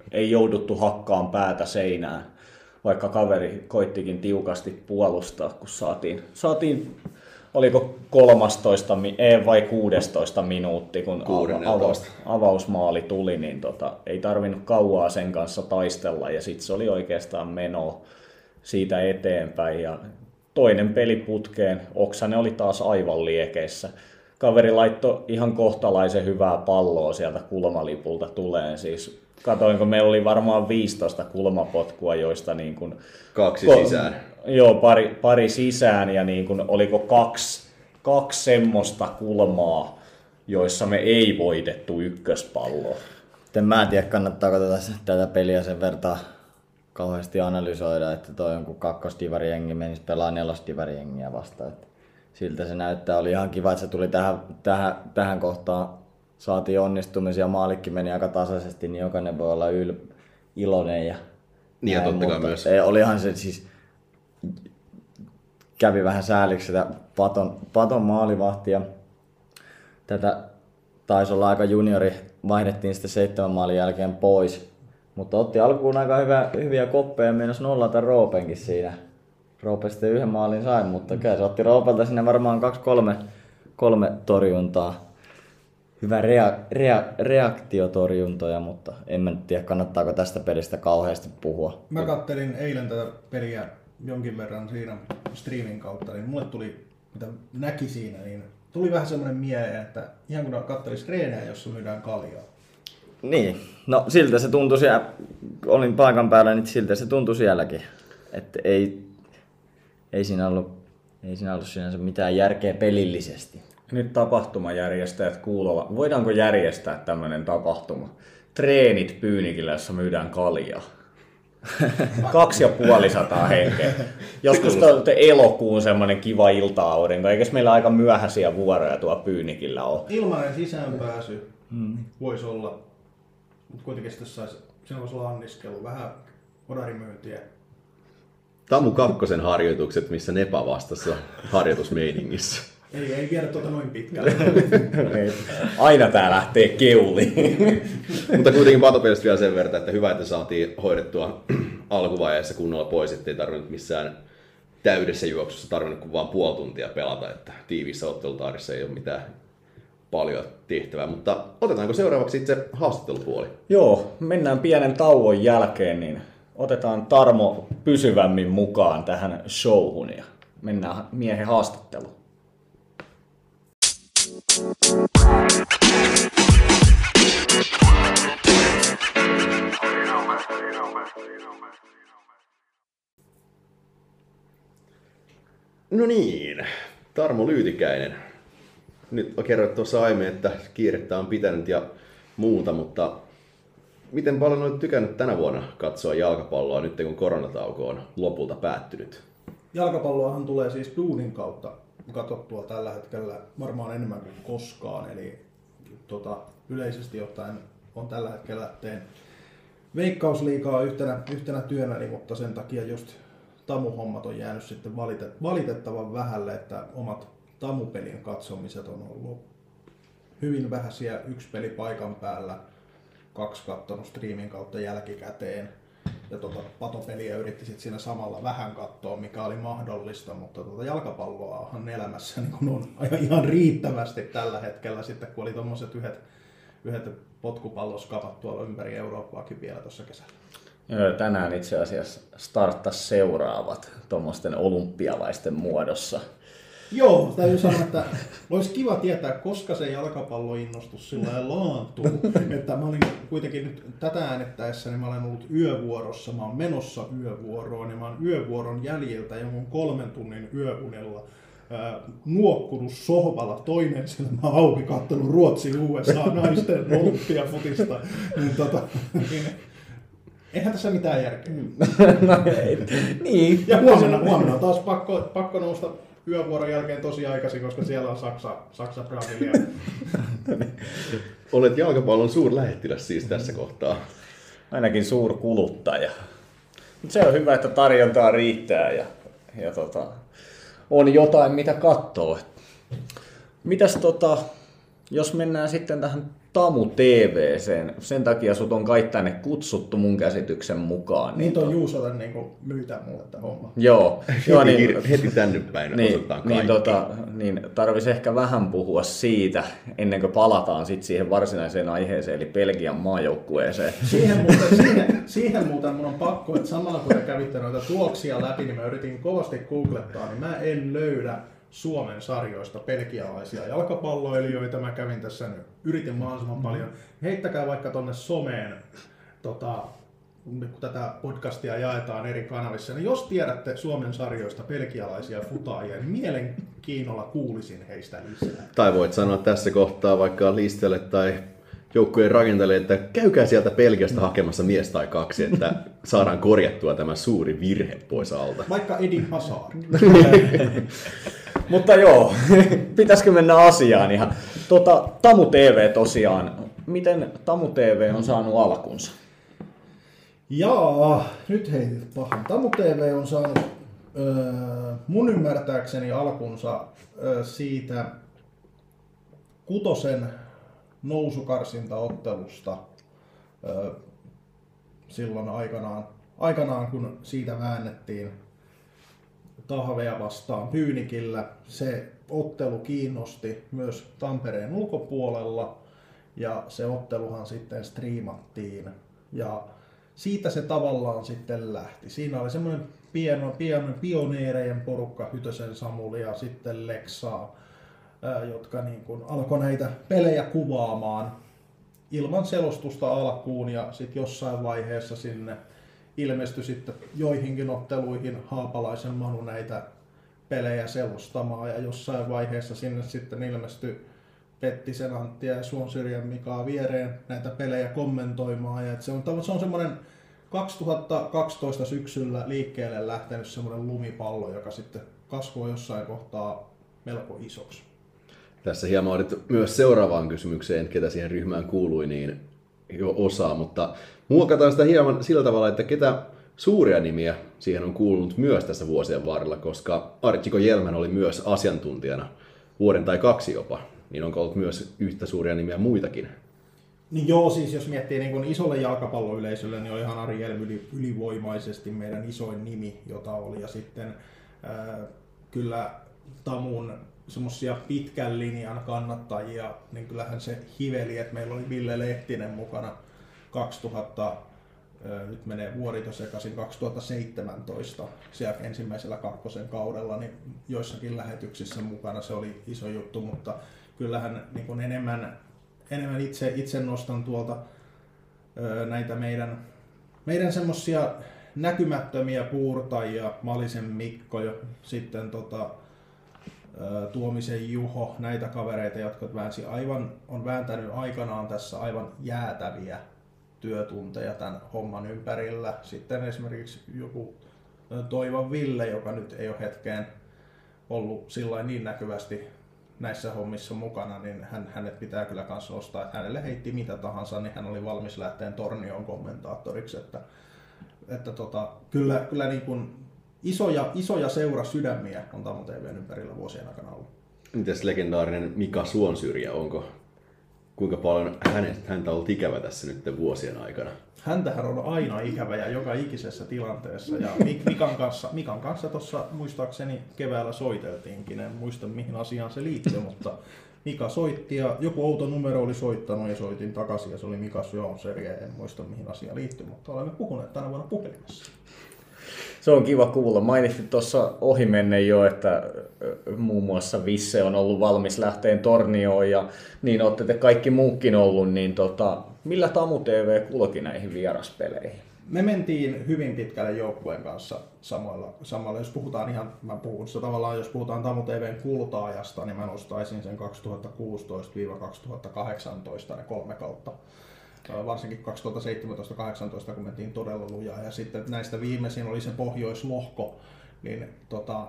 ei jouduttu hakkaan päätä seinään, vaikka kaveri koittikin tiukasti puolustaa, kun saatiin, saatiin oliko kolmastoista ei, vai kuusitoista minuutti, kun avaus, avausmaali tuli, niin tota, ei tarvinnut kauaa sen kanssa taistella ja sitten se oli oikeastaan meno siitä eteenpäin. Ja toinen peli putkeen, Oksanen oli taas aivan liekeissä. Kaveri laittoi ihan kohtalaisen hyvää palloa sieltä kulmalipulta tuleen. Siis katoinko, meillä oli varmaan viisitoista kulmapotkua, joista niin kuin kaksi ko- sisään. Joo, pari, pari sisään ja niin kuin, oliko kaksi, kaksi semmoista kulmaa, joissa me ei voitettu ykköspalloa. Sitten mä en tiedä, kannattaako tätä, tätä peliä sen verran kauheasti analysoida, että toi jonkun kakkosdivarijengi menisi pelaa nelosdivarijengiä vastaan. Että siltä se näyttää. Oli ihan kiva, että se tuli tähän, tähän, tähän kohtaan. Saatiin onnistumisia, maalikki meni aika tasaisesti, niin jokainen voi olla yl- iloinen. Ja, niin ja totta kai myös. Ei, olihan se siis, kävi vähän sääliksi sitä Paton, Paton maalivahtia. Tätä taisi olla aika juniori, vaihdettiin sitten seitsemän maalin jälkeen pois. Mutta otti alkuun aika hyvä, hyviä koppeja ja meinasi nollata Roopenkin siinä. Roope sitten yhden maalin sai, mutta kyllä se otti Roopelta sinne varmaan kaksi kolme, kolme torjuntaa. Hyvä rea, rea, reaktiotorjuntoja, mutta en mä nyt tiedä, kannattaako tästä pelistä kauheasti puhua. Mä kattelin eilen tätä peliä jonkin verran siinä streamin kautta, niin mulle tuli, mitä näki siinä, niin tuli vähän semmoinen mieleen, että ihan kun kattelis treenejä, jossa myydään kaljaa. Niin, no siltä se tuntui siellä, olin paikan päällä, niin siltä se tuntui sielläkin. Että ei, ei siinä ollut, ei siinä ollut sinänsä mitään järkeä pelillisesti. Nyt tapahtumajärjestäjät kuulolla. Voidaanko järjestää tämmöinen tapahtuma? Treenit Pyynikillä, jossa myydään kaljaa. Kaksi ja puoli sataa henkeä. Joskus te elokuun semmoinen kiva ilta-aurinko. Eikös meillä aika myöhäisiä vuoroja tuo Pyynikillä ole? Ilmainen sisäänpääsy mm. voisi olla, mutta kuitenkin sitten saisi, siinä voisi olla anniskelu, vähän odarimyyntiä. Tamu kakkosen harjoitukset, missä Nepa vastassa harjoitusmeiningissä. Ei, ei viedä tuota noin pitkälle. Aina tää lähtee keuliin. Mutta kuitenkin patopelistä vielä sen verran, että hyvä, että saatiin hoidettua alkuvaiheessa kunnolla pois, ettei tarvinnut missään täydessä juoksussa tarvinnut kuin vain puoli tuntia pelata, että tiiviissä ottelutaarissa ei ole mitään paljon tehtävää. Mutta otetaanko seuraavaksi itse haastattelupuoli? Joo, mennään pienen tauon jälkeen, niin otetaan Tarmo pysyvämmin mukaan tähän showhun ja mennään miehen haastatteluun. No niin, Tarmo Lyytikäinen. Nyt kerroit tuossa aiemmin, että kiirettä on pitänyt ja muuta, mutta miten paljon olet tykännyt tänä vuonna katsoa jalkapalloa nyt, kun koronatauko on lopulta päättynyt? Jalkapalloahan tulee siis duunin kautta katsottua tällä hetkellä varmaan enemmän kuin koskaan. Eli tota, yleisesti ottaen on tällä hetkellä teen Veikkausliigaa yhtenä, yhtenä työnäni, mutta sen takia just Tamu-hommat on jäänyt sitten valitettavan vähälle, että omat Tamu-pelin katsomiset on ollut hyvin vähäisiä, yksi peli paikan päällä, kaksi kattonut striimin kautta jälkikäteen. Ja tuota patopeliä yritti sitten siinä samalla vähän katsoa, mikä oli mahdollista, mutta tuota jalkapalloahan elämässä niin kun on ihan riittävästi tällä hetkellä, sitten kun oli tuommoiset yhdet, yhdet potkupalloskapat tuolla ympäri Eurooppaakin vielä tuossa kesällä. Joo, tänään itse asiassa starttasi seuraavat tuommoisten olympialaisten muodossa. Joo, täytyy sanoa, että olisi kiva tietää, koska se jalkapalloinnostus sillä lailla laantuu. Että mä olin kuitenkin nyt tätä äänettäessä, niin mä olen ollut yövuorossa, mä olen menossa yövuoroon ja mä olen yövuoron jäljiltä ja mun kolmen tunnin yöunella ää, nuokkunut sohvalla, toinen silmä auki, kattonut Ruotsi-U S A-naisten olympiafutista. Niin, tota, niin, eihän tässä mitään järkeä. No, ei. Niin. Ja huomenna, huomenna on taas pakko, pakko nousta yövuoron jälkeen tosi aikaisin, koska siellä on Saksa, Saksa Brasilia. Olet jalkapallon suurlähettiläs siis tässä kohtaa. Ainakin suurkuluttaja. Mut se on hyvä, että tarjontaa riittää ja, ja tota, on jotain mitä katsoo. Mitäs tota, jos mennään sitten tähän Tamu T V, sen, sen takia sut on kai tänne kutsuttu mun käsityksen mukaan. Niin toi Juusolle niin myytää mulle tämä homma. Joo, joo heti, niin, heti tänne päin niin, otetaan niin, kaikki. tota, niin tarvisi ehkä vähän puhua siitä, ennen kuin palataan sit siihen varsinaiseen aiheeseen, eli Belgian maajoukkueeseen. Siihen muuten, siihen, siihen muuten mun on pakko, että samalla kun te kävitte noita tuloksia läpi, niin mä yritin kovasti googlettaa, niin mä en löydä Suomen sarjoista belgialaisia jalkapalloilijoita. Mä kävin tässä nyt, yritin mahdollisimman paljon. Heittäkää vaikka tonne someen, tota, kun tätä podcastia jaetaan eri kanavissa, niin jos tiedätte Suomen sarjoista belgialaisia futaajia, niin mielenkiinnolla kuulisin heistä lisää. Tai voit sanoa tässä kohtaa vaikka Listelle tai joukkueen rakentajille, että käykää sieltä Belgiasta hakemassa mies tai kaksi, että saadaan korjattua tämä suuri virhe pois alta. Vaikka Edin Hazard. Mutta joo, pitäisikö mennä asiaan ihan. Tota, Tamu T V tosiaan, miten Tamu T V on saanut alkunsa? Jaa, nyt heitit pahan. Tamu T V on saanut öö, mun ymmärtääkseni alkunsa öö, siitä kutosen nousukarsintaottelusta öö, silloin aikanaan, aikanaan, kun siitä väännettiin Tahvea vastaan Pyynikillä. Se ottelu kiinnosti myös Tampereen ulkopuolella ja se otteluhan sitten striimattiin ja siitä se tavallaan sitten lähti. Siinä oli semmoinen pieno, pieno pioneerejen porukka, Hytösen Samuli ja sitten Leksaa, ää, jotka niin kuin alkoi näitä pelejä kuvaamaan ilman selostusta alkuun ja sitten jossain vaiheessa sinne ilmestyi sitten joihinkin otteluihin Haapalaisen Manu näitä pelejä selostamaan ja jossain vaiheessa sinne sitten ilmestyi Pettisen Anttia ja Suonsyrjän Mikaa viereen näitä pelejä kommentoimaan. Ja se on, se on semmoinen kaksituhattakaksitoista syksyllä liikkeelle lähtenyt semmoinen lumipallo, joka sitten kasvoi jossain kohtaa melko isoksi. Tässä hieman olet myös seuraavaan kysymykseen, ketä siihen ryhmään kuului, niin jo osaa, mutta muokataan sitä hieman sillä tavalla, että ketä suuria nimiä siihen on kuulunut myös tässä vuosien varrella, koska Archiko Jelmän oli myös asiantuntijana vuoden tai kaksi jopa, niin onko ollut myös yhtä suuria nimiä muitakin? Niin joo, siis jos miettii niin kuin isolle jalkapalloyleisölle, niin olihan Ari Jelm yli, ylivoimaisesti meidän isoin nimi, jota oli. Ja sitten ää, kyllä Tamun semmoisia pitkän linjan kannattajia, niin kyllähän se hiveli, että meillä oli Ville Lehtinen mukana kaksituhatta, ää, nyt menee vuori sekaisin, kaksituhattaseitsemäntoista siellä ensimmäisellä kakkosen kaudella, niin joissakin lähetyksissä mukana se oli iso juttu, mutta kyllähän niin kuin enemmän Enemmän itse, itse nostan tuolta ö, näitä meidän, meidän semmosia näkymättömiä puurtajia, Malisen Mikko ja sitten tota, ö, Tuomisen Juho, näitä kavereita, jotka väänsi aivan, on vääntänyt aikanaan tässä aivan jäätäviä työtunteja tämän homman ympärillä. Sitten esimerkiksi joku ö, Toivon Ville, joka nyt ei ole hetkeen ollut sillain niin näkyvästi näissä hommissa mukana, niin hän, hänet pitää kyllä myös nostaa, että hänelle heitti mitä tahansa, niin hän oli valmis lähteen Tornioon kommentaattoriksi, että, että tota, kyllä, kyllä niin kuin isoja, isoja seurasydämiä on Tamu T V:n ympärillä vuosien aikana ollut. Mites legendaarinen Mika Suonsyrjä, onko kuinka paljon hänet, häntä on ollut ikävä tässä nyt vuosien aikana? Häntähän on aina ikävä ja joka ikisessä tilanteessa. Ja Mikan kanssa, Mikan kanssa tuossa muistaakseni keväällä soiteltiinkin. En muista mihin asiaan se liittyy, mutta Mika soitti ja joku outo numero oli soittanut ja soitin takaisin ja se oli Mika Suonsyrjä. En muista mihin asiaan liittyy, mutta olemme puhuneet tänä vuonna puhelimessa. Se on kiva kuulla. Mainitsit tuossa ohimennen jo, että muun muassa Visse on ollut valmis lähteen Tornioon ja niin olette te kaikki muukin ollut, niin tota, millä Tamu T V kulki näihin vieraspeleihin? Me mentiin hyvin pitkälle joukkueen kanssa samoilla, samalla. Jos puhutaan ihan, mä puhun se tavallaan, jos puhutaan Tamu T V:n kulta-ajasta, niin mä nostaisin sen kaksituhattakuusitoista kaksituhattakahdeksantoista ne kolme kautta. Varsinkin kaksituhattaseitsemäntoista kahdeksantoista, kun mentiin todella lujaa. Ja sitten näistä viimeisin oli se pohjoislohko, niin tota,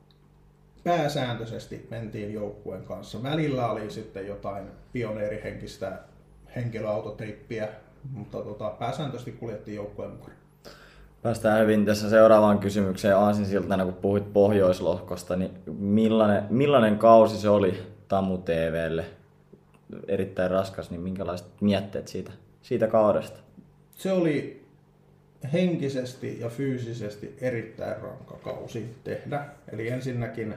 pääsääntöisesti mentiin joukkueen kanssa. Välillä oli sitten jotain pioneerihenkistä henkilöautotrippiä, mutta tota, pääsääntöisesti kuljettiin joukkueen mukana. Päästään hyvin tässä seuraavaan kysymykseen aasinsiltana, kun puhuit pohjoislohkosta, niin millainen, millainen kausi se oli Tamu T V:lle? erittäin raskas, niin minkälaiset mietteet siitä, siitä kaudesta? Se oli henkisesti ja fyysisesti erittäin rankka kausi tehdä. Eli ensinnäkin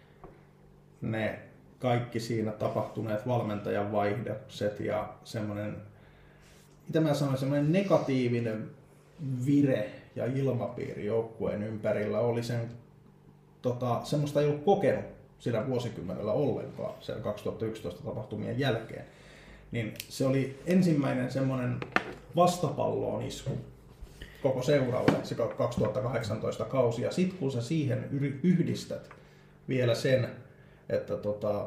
ne kaikki siinä tapahtuneet valmentajan vaihdokset ja semmoinen, mitä mä sanoin, semmoinen negatiivinen vire ja ilmapiiri joukkueen ympärillä oli sen, tota, semmoista ei ollut kokenut sillä vuosikymmenellä ollenkaan sen kaksituhattayksitoista tapahtumien jälkeen. Niin se oli ensimmäinen semmoinen vastapalloon isku koko seuralle se kaksituhattakahdeksantoista kausi. Ja sit kun sä siihen yhdistät vielä sen, että tota,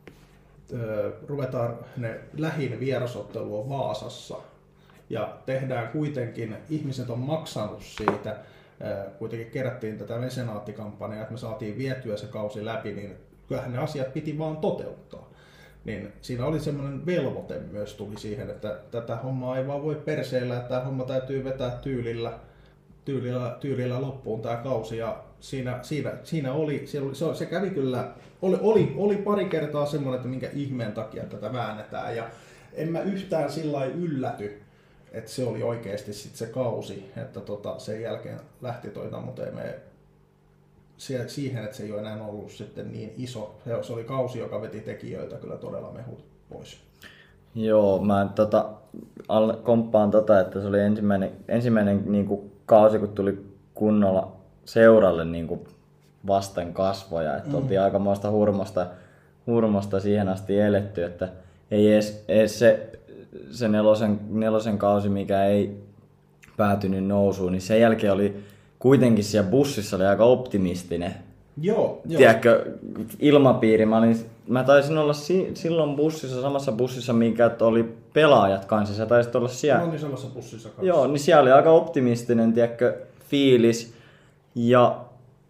ö, ruvetaan ne lähin vierasottelu on Vaasassa ja tehdään kuitenkin, ihmiset on maksanut siitä, ö, kuitenkin kerättiin tätä mesenaattikampanjaa, että me saatiin vietyä se kausi läpi, niin kyllähän ne asiat piti vaan toteuttaa. Niin siinä oli semmoinen velvoite myös tuli siihen, että tätä hommaa ei vaan voi perseillä, että tämä homma täytyy vetää tyylillä, tyylillä, tyylillä loppuun tämä kausi. Ja siinä, siinä, siinä oli, se, se kävi kyllä, oli, oli, oli pari kertaa semmoinen, että minkä ihmeen takia tätä väännetään. Ja en mä yhtään sillä lailla ylläty, että se oli oikeasti sit se kausi, että tota, sen jälkeen lähti toi Tamu-T V siihen, että se ei ole enää ollut sitten niin iso. Se oli kausi, joka veti tekijöiltä kyllä todella mehut pois. Joo, mä tota, komppaan tota, että se oli ensimmäinen, ensimmäinen niin kuin kausi, kun tuli kunnolla seuralle niin kuin vasten kasvoja. Että mm. oltiin aikamoista hurmasta, hurmasta siihen asti eletty, että ei edes, edes se, se nelosen, nelosen kausi, mikä ei päätynyt nousuun, niin sen jälkeen oli kuitenkin siellä bussissa oli aika optimistinen. Joo, joo. Tiedätkö, ilmapiiri. Mä, olin, mä taisin olla si, silloin bussissa, samassa bussissa, minkä oli pelaajat kanssa. Sä taisit olla siellä. Mä olin samassa bussissa kanssa. Joo, niin siellä oli aika optimistinen, tiedätkö, fiilis. Ja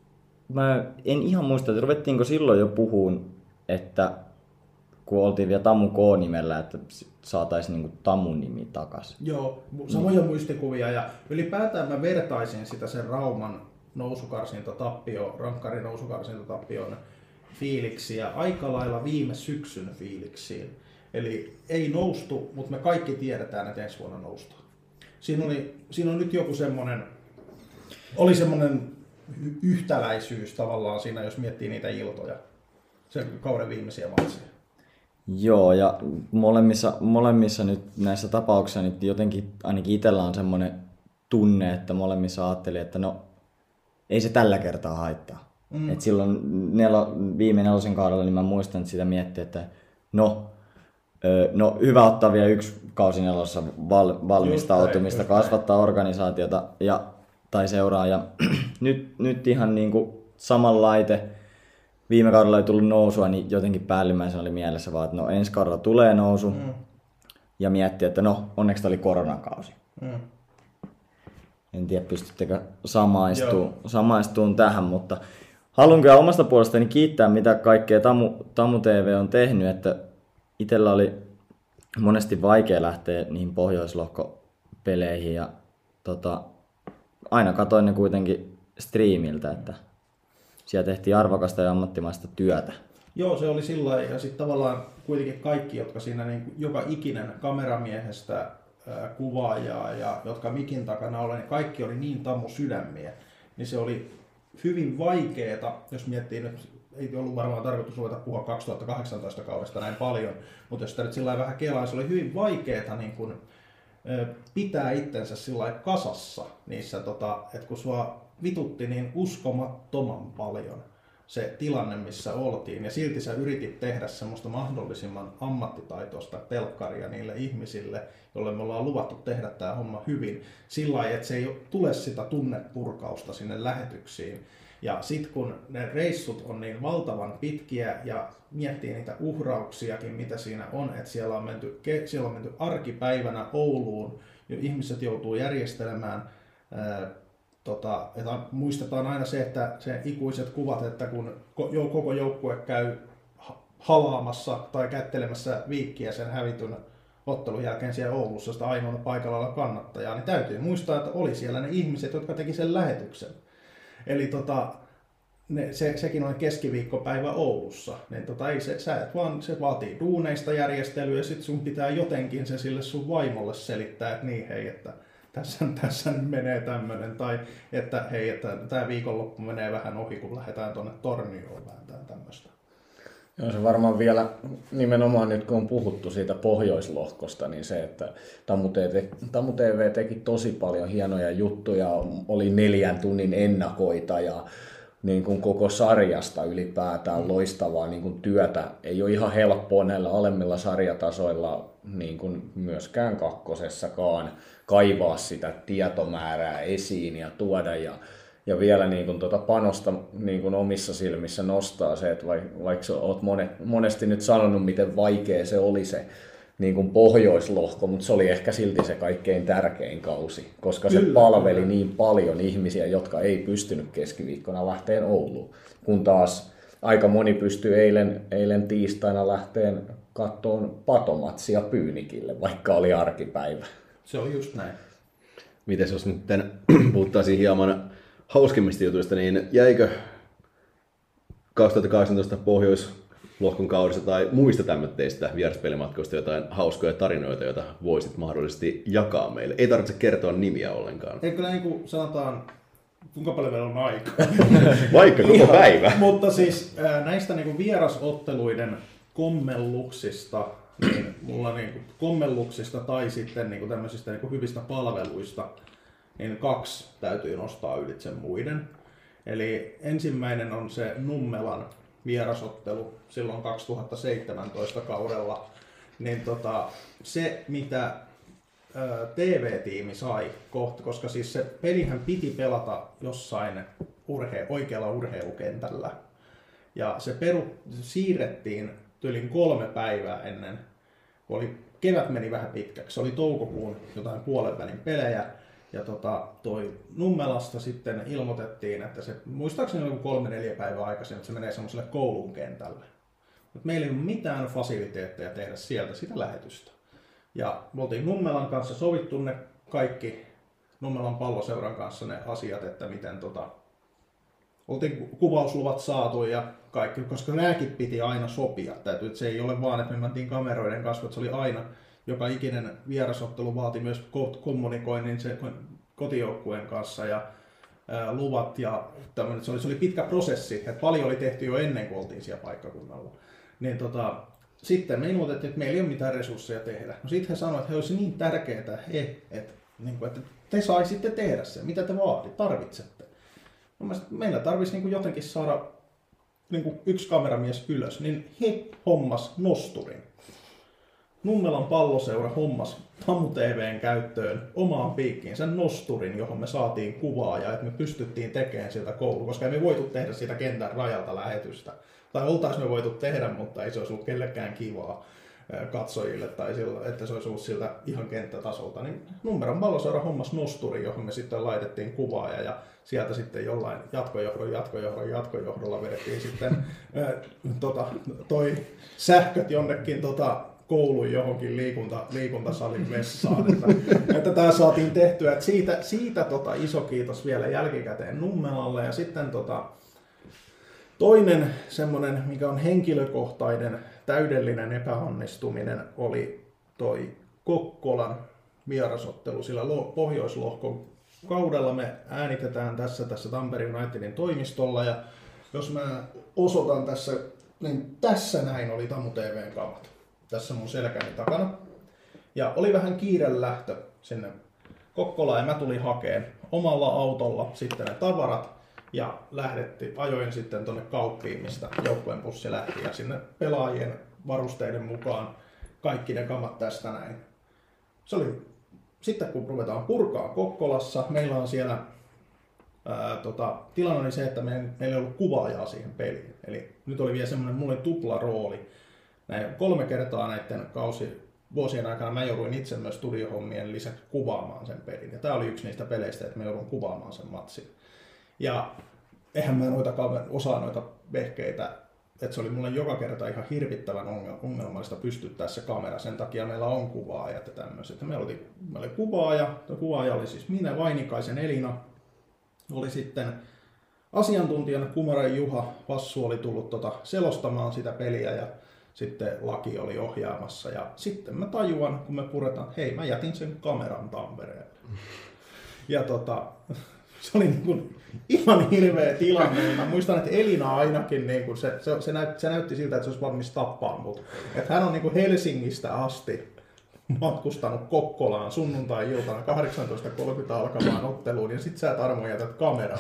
mä en ihan muista, että ruvettiinko silloin jo puhuun, että kun oltiin vielä Tamu K-nimellä, että saataisiin niinku Tamun nimi takaisin. Joo, samoja muistikuvia ja ylipäätään mä vertaisin sitä sen Rauman nousukarsinta tappio, rankkarin nousukarsinta tappion fiiliksiä aika lailla viime syksyn fiiliksiin. Eli ei noustu, mutta me kaikki tiedetään, että ensi vuonna noustaan. Siinä, oli, siinä on nyt joku semmoinen, oli semmoinen yhtäläisyys tavallaan siinä, jos miettii niitä iltoja, sen kauden viimeisiä matseja. Joo, ja molemmissa, molemmissa nyt näissä tapauksissa nyt jotenkin ainakin itsellä on semmoinen tunne, että molemmissa ajattelin, että no ei se tällä kertaa haittaa. Mm. Et silloin nelo, viime nelosen kaudella niin mä muistan sitä miettiä, että no, no hyvä ottaa vielä yksi kausi nelossa val, valmistautumista, kasvattaa organisaatiota ja, tai seuraa. Ja nyt, nyt ihan niin kuin saman laite. Viime kaudella ei tullut nousua, niin jotenkin päällimmäisenä oli mielessä vaan, että no ensi kaudella tulee nousu. Mm. Ja miettiä, että no onneksi tämä oli koronakausi. Mm. En tiedä, pystyttekö samaistumaan, samaistumaan tähän, mutta haluan kyllä omasta puolestani kiittää, mitä kaikkea Tamu, Tamu T V on tehnyt. Että itsellä oli monesti vaikea lähteä niihin pohjoislohkopeleihin ja tota, aina katoin ne kuitenkin striimiltä, että siellä tehtiin arvokasta ja ammattimaista työtä. Joo, se oli sillä lailla. Ja sitten tavallaan kuitenkin kaikki, jotka siinä, niin joka ikinen kameramiehestä, ää, kuvaajaa ja jotka mikin takana oli, niin kaikki oli niin Tamu sydämiä. Niin se oli hyvin vaikeeta, jos miettii nyt, ei ollut varmaan tarkoitus ruveta puhua kaksituhattakahdeksantoista kaudesta näin paljon, mutta jos sitä nyt sillä vähän kelaa, se oli hyvin vaikeeta niin kun, ää, pitää itsensä sillä kasassa niissä, tota, että kun sua vitutti niin uskomattoman paljon se tilanne, missä oltiin. Ja silti sä yritit tehdä semmoista mahdollisimman ammattitaitoista telkkaria niille ihmisille, joille me ollaan luvattu tehdä tämä homma hyvin. Sillä lailla, että se ei tule sitä tunnepurkausta sinne lähetyksiin. Ja sit kun ne reissut on niin valtavan pitkiä ja miettii niitä uhrauksiakin, mitä siinä on, että siellä on menty, siellä on menty arkipäivänä Ouluun, ja ihmiset joutuu järjestelemään ää, Tota, että muistetaan aina se, että se ikuiset kuvat, että kun koko joukkue käy halaamassa tai kättelemässä viikkiä sen hävityn ottelun jälkeen siellä Oulussa sitä ainoana paikalla olla kannattajaa, niin täytyy muistaa, että oli siellä ne ihmiset, jotka teki sen lähetyksen. Eli tota, ne, se, sekin on keskiviikkopäivä Oulussa, niin tota, ei se, sä et vaan, se vaatii duuneista järjestelyä ja sit sun pitää jotenkin se sille sun vaimolle selittää, että niin hei, että tässä, tässä nyt menee tämmönen, tai että hei, että tää viikonloppu menee vähän ohi, kun lähdetään tonne Tornioon vähän tai tämmöistä. Joo, se varmaan vielä nimenomaan nyt kun on puhuttu siitä pohjoislohkosta, niin se, että Tamu T V teki tosi paljon hienoja juttuja, oli neljän tunnin ennakoita ja niin kuin koko sarjasta ylipäätään loistavaa niin kuin työtä. Ei ole ihan helppoa näillä alemmilla sarjatasoilla, niin kuin myöskään kakkosessakaan, kaivaa sitä tietomäärää esiin ja tuoda. Ja, ja vielä niin kuin tuota panosta niin kuin omissa silmissä nostaa se, että vaikka olet monesti nyt sanonut, miten vaikea se oli se niin kuin pohjoislohko, mutta se oli ehkä silti se kaikkein tärkein kausi, koska se kyllä palveli niin paljon ihmisiä, jotka ei pystynyt keskiviikkona lähteen Ouluun, kun taas aika moni pystyi eilen, eilen tiistaina lähteen kattoon patomatsia Pyynikille, vaikka oli arkipäivä. Se on just näin. Mites jos nyt puhuttaisiin hieman hauskimmista jutuista, niin jäikö kaksituhattakahdeksantoista Pohjoislohkon kaudesta tai muista tämmöistä vieraspelimatkoista jotain hauskoja tarinoita, joita voisit mahdollisesti jakaa meille? Ei tarvitse kertoa nimiä ollenkaan. Ei kyllä niin kuin sanotaan, kuinka paljon meillä on aikaa. Vaikka koko päivä. Mutta siis näistä niin kuin vierasotteluiden kommelluksista, niin mulla niin kuin kommelluksista tai sitten niin kuin tämmöisistä niin kuin hyvistä palveluista, niin kaksi täytyy nostaa ylitse muiden. Eli ensimmäinen on se Nummelan vierasottelu silloin kaksituhattaseitsemäntoista kaudella. Niin tota, se mitä ä, T V-tiimi sai kohta, koska siis se pelihän piti pelata jossain urhe- oikealla urheilukentällä. Ja se peru, siirrettiin tyylin kolme päivää ennen, kun oli, kevät meni vähän pitkäksi. Se oli toukokuun jotain puolen välin pelejä. Ja tota, toi Nummelasta sitten ilmoitettiin, että se muistaakseni oli kolme neljä päivää aikaisemmin, että se menee semmoiselle koulun kentälle. Mutta meillä ei ole mitään fasiliteetteja tehdä sieltä sitä lähetystä. Ja me oltiin Nummelan kanssa sovittu ne kaikki Nummelan palloseuran kanssa ne asiat, että miten tota, oltiin kuvausluvat saatu ja kaikki, koska nämäkin piti aina sopia. Täytyy, että se ei ole vaan, että me mentiin kameroiden kanssa, että se oli aina, joka ikinen vierasottelu vaati myös kommunikoinnin se kotijoukkueen kanssa ja ää, luvat ja tämmöinen. Se oli, se oli pitkä prosessi, että paljon oli tehty jo ennen kuin oltiin siellä paikkakunnalla. Niin tota, sitten me ilmoitettiin, että meillä ei ole mitään resursseja tehdä. No sitten he sanoivat, että he olisi niin tärkeää, että, he, että, niin kuin, että te saisitte tehdä sen, mitä te vaadit, tarvitsette. No, meillä tarvitsisi niin kuin jotenkin saada niin kuin yksi kameramies ylös, niin he hommas nosturin. Nummelan palloseura hommas Tamu T V:n käyttöön omaan piikkiin sen nosturin, johon me saatiin kuvaa ja että me pystyttiin tekemään sieltä koulua, koska ei me voitu tehdä siitä kentän rajalta lähetystä. Tai oltaisiin me voitu tehdä, mutta ei se olisi ollut kellekään kivaa katsojille tai sillä, että se olisi ollut siltä ihan kenttätasolta. Niin Nummelan palloseura hommas nosturi, johon me sitten laitettiin kuvaa ja, ja sieltä sitten jollain jatkojohdon, jatkojohdon, jatkojohdolla vedettiin sitten ää, tota, toi sähköt jonnekin tota, kouluun johonkin liikunta, liikuntasalin vessaan, että, että tämä saatiin tehtyä. Että siitä siitä tota, iso kiitos vielä jälkikäteen Nummelalle. Ja sitten tota, toinen semmoinen, mikä on henkilökohtainen täydellinen epäonnistuminen, oli toi Kokkolan vierasottelu, sillä Pohjoislohkon kaudella me äänitetään tässä, tässä Tampere Unitedin toimistolla. Ja jos mä osoitan tässä, niin tässä näin oli Tamu T V:n kamat. Tässä mun selkäni takana. Ja oli vähän kiire lähtö sinne Kokkolaan ja mä tulin hakeen omalla autolla sitten ne tavarat ja lähdettiin, ajoin sitten tonne kauppiin, mistä joukkueen bussi lähti ja sinne pelaajien varusteiden mukaan kaikki ne kamat tästä näin. Se oli, sitten kun ruvetaan purkaa Kokkolassa, meillä on siellä ää, tota, tilanne oli se, että me, meillä ei ollut kuvaajaa siihen peliin. Eli nyt oli vielä semmoinen mulle tupla rooli. Näin kolme kertaa näiden kausi vuosien aikana mä jouduin itse myös studiohommien lisäksi kuvaamaan sen pelin. Ja tää oli yksi niistä peleistä, että mä joudun kuvaamaan sen matsin. Ja eihän mä noitakaan osaa noita vehkeitä, että se oli mulle joka kerta ihan hirvittävän ongelmallista pystyttää se kamera. Sen takia meillä on kuvaajat ja tämmöiset. Meillä oli, meillä oli kuvaaja, tuo kuvaaja oli siis minä, Vainikaisen Elina. Oli sitten asiantuntijana Kumaran Juha Vassu oli tullut tota selostamaan sitä peliä ja sitten Laki oli ohjaamassa. Ja sitten mä tajuan, kun me puretaan, että hei, mä jätin sen kameran Tampereelle. Ja tota, se oli niin kuin ihan hirveä tilanne. Mä muistan, että Elina ainakin, niin kuin se, se, se, näytti, se näytti siltä, että se olisi valmis tappaa mut. Että hän on niin kuin Helsingistä asti matkustanut Kokkolaan sunnuntai-iltana kahdeksantoista kolmekymmentä alkavaan otteluun, ja sit sä Tarmo jätät kameran.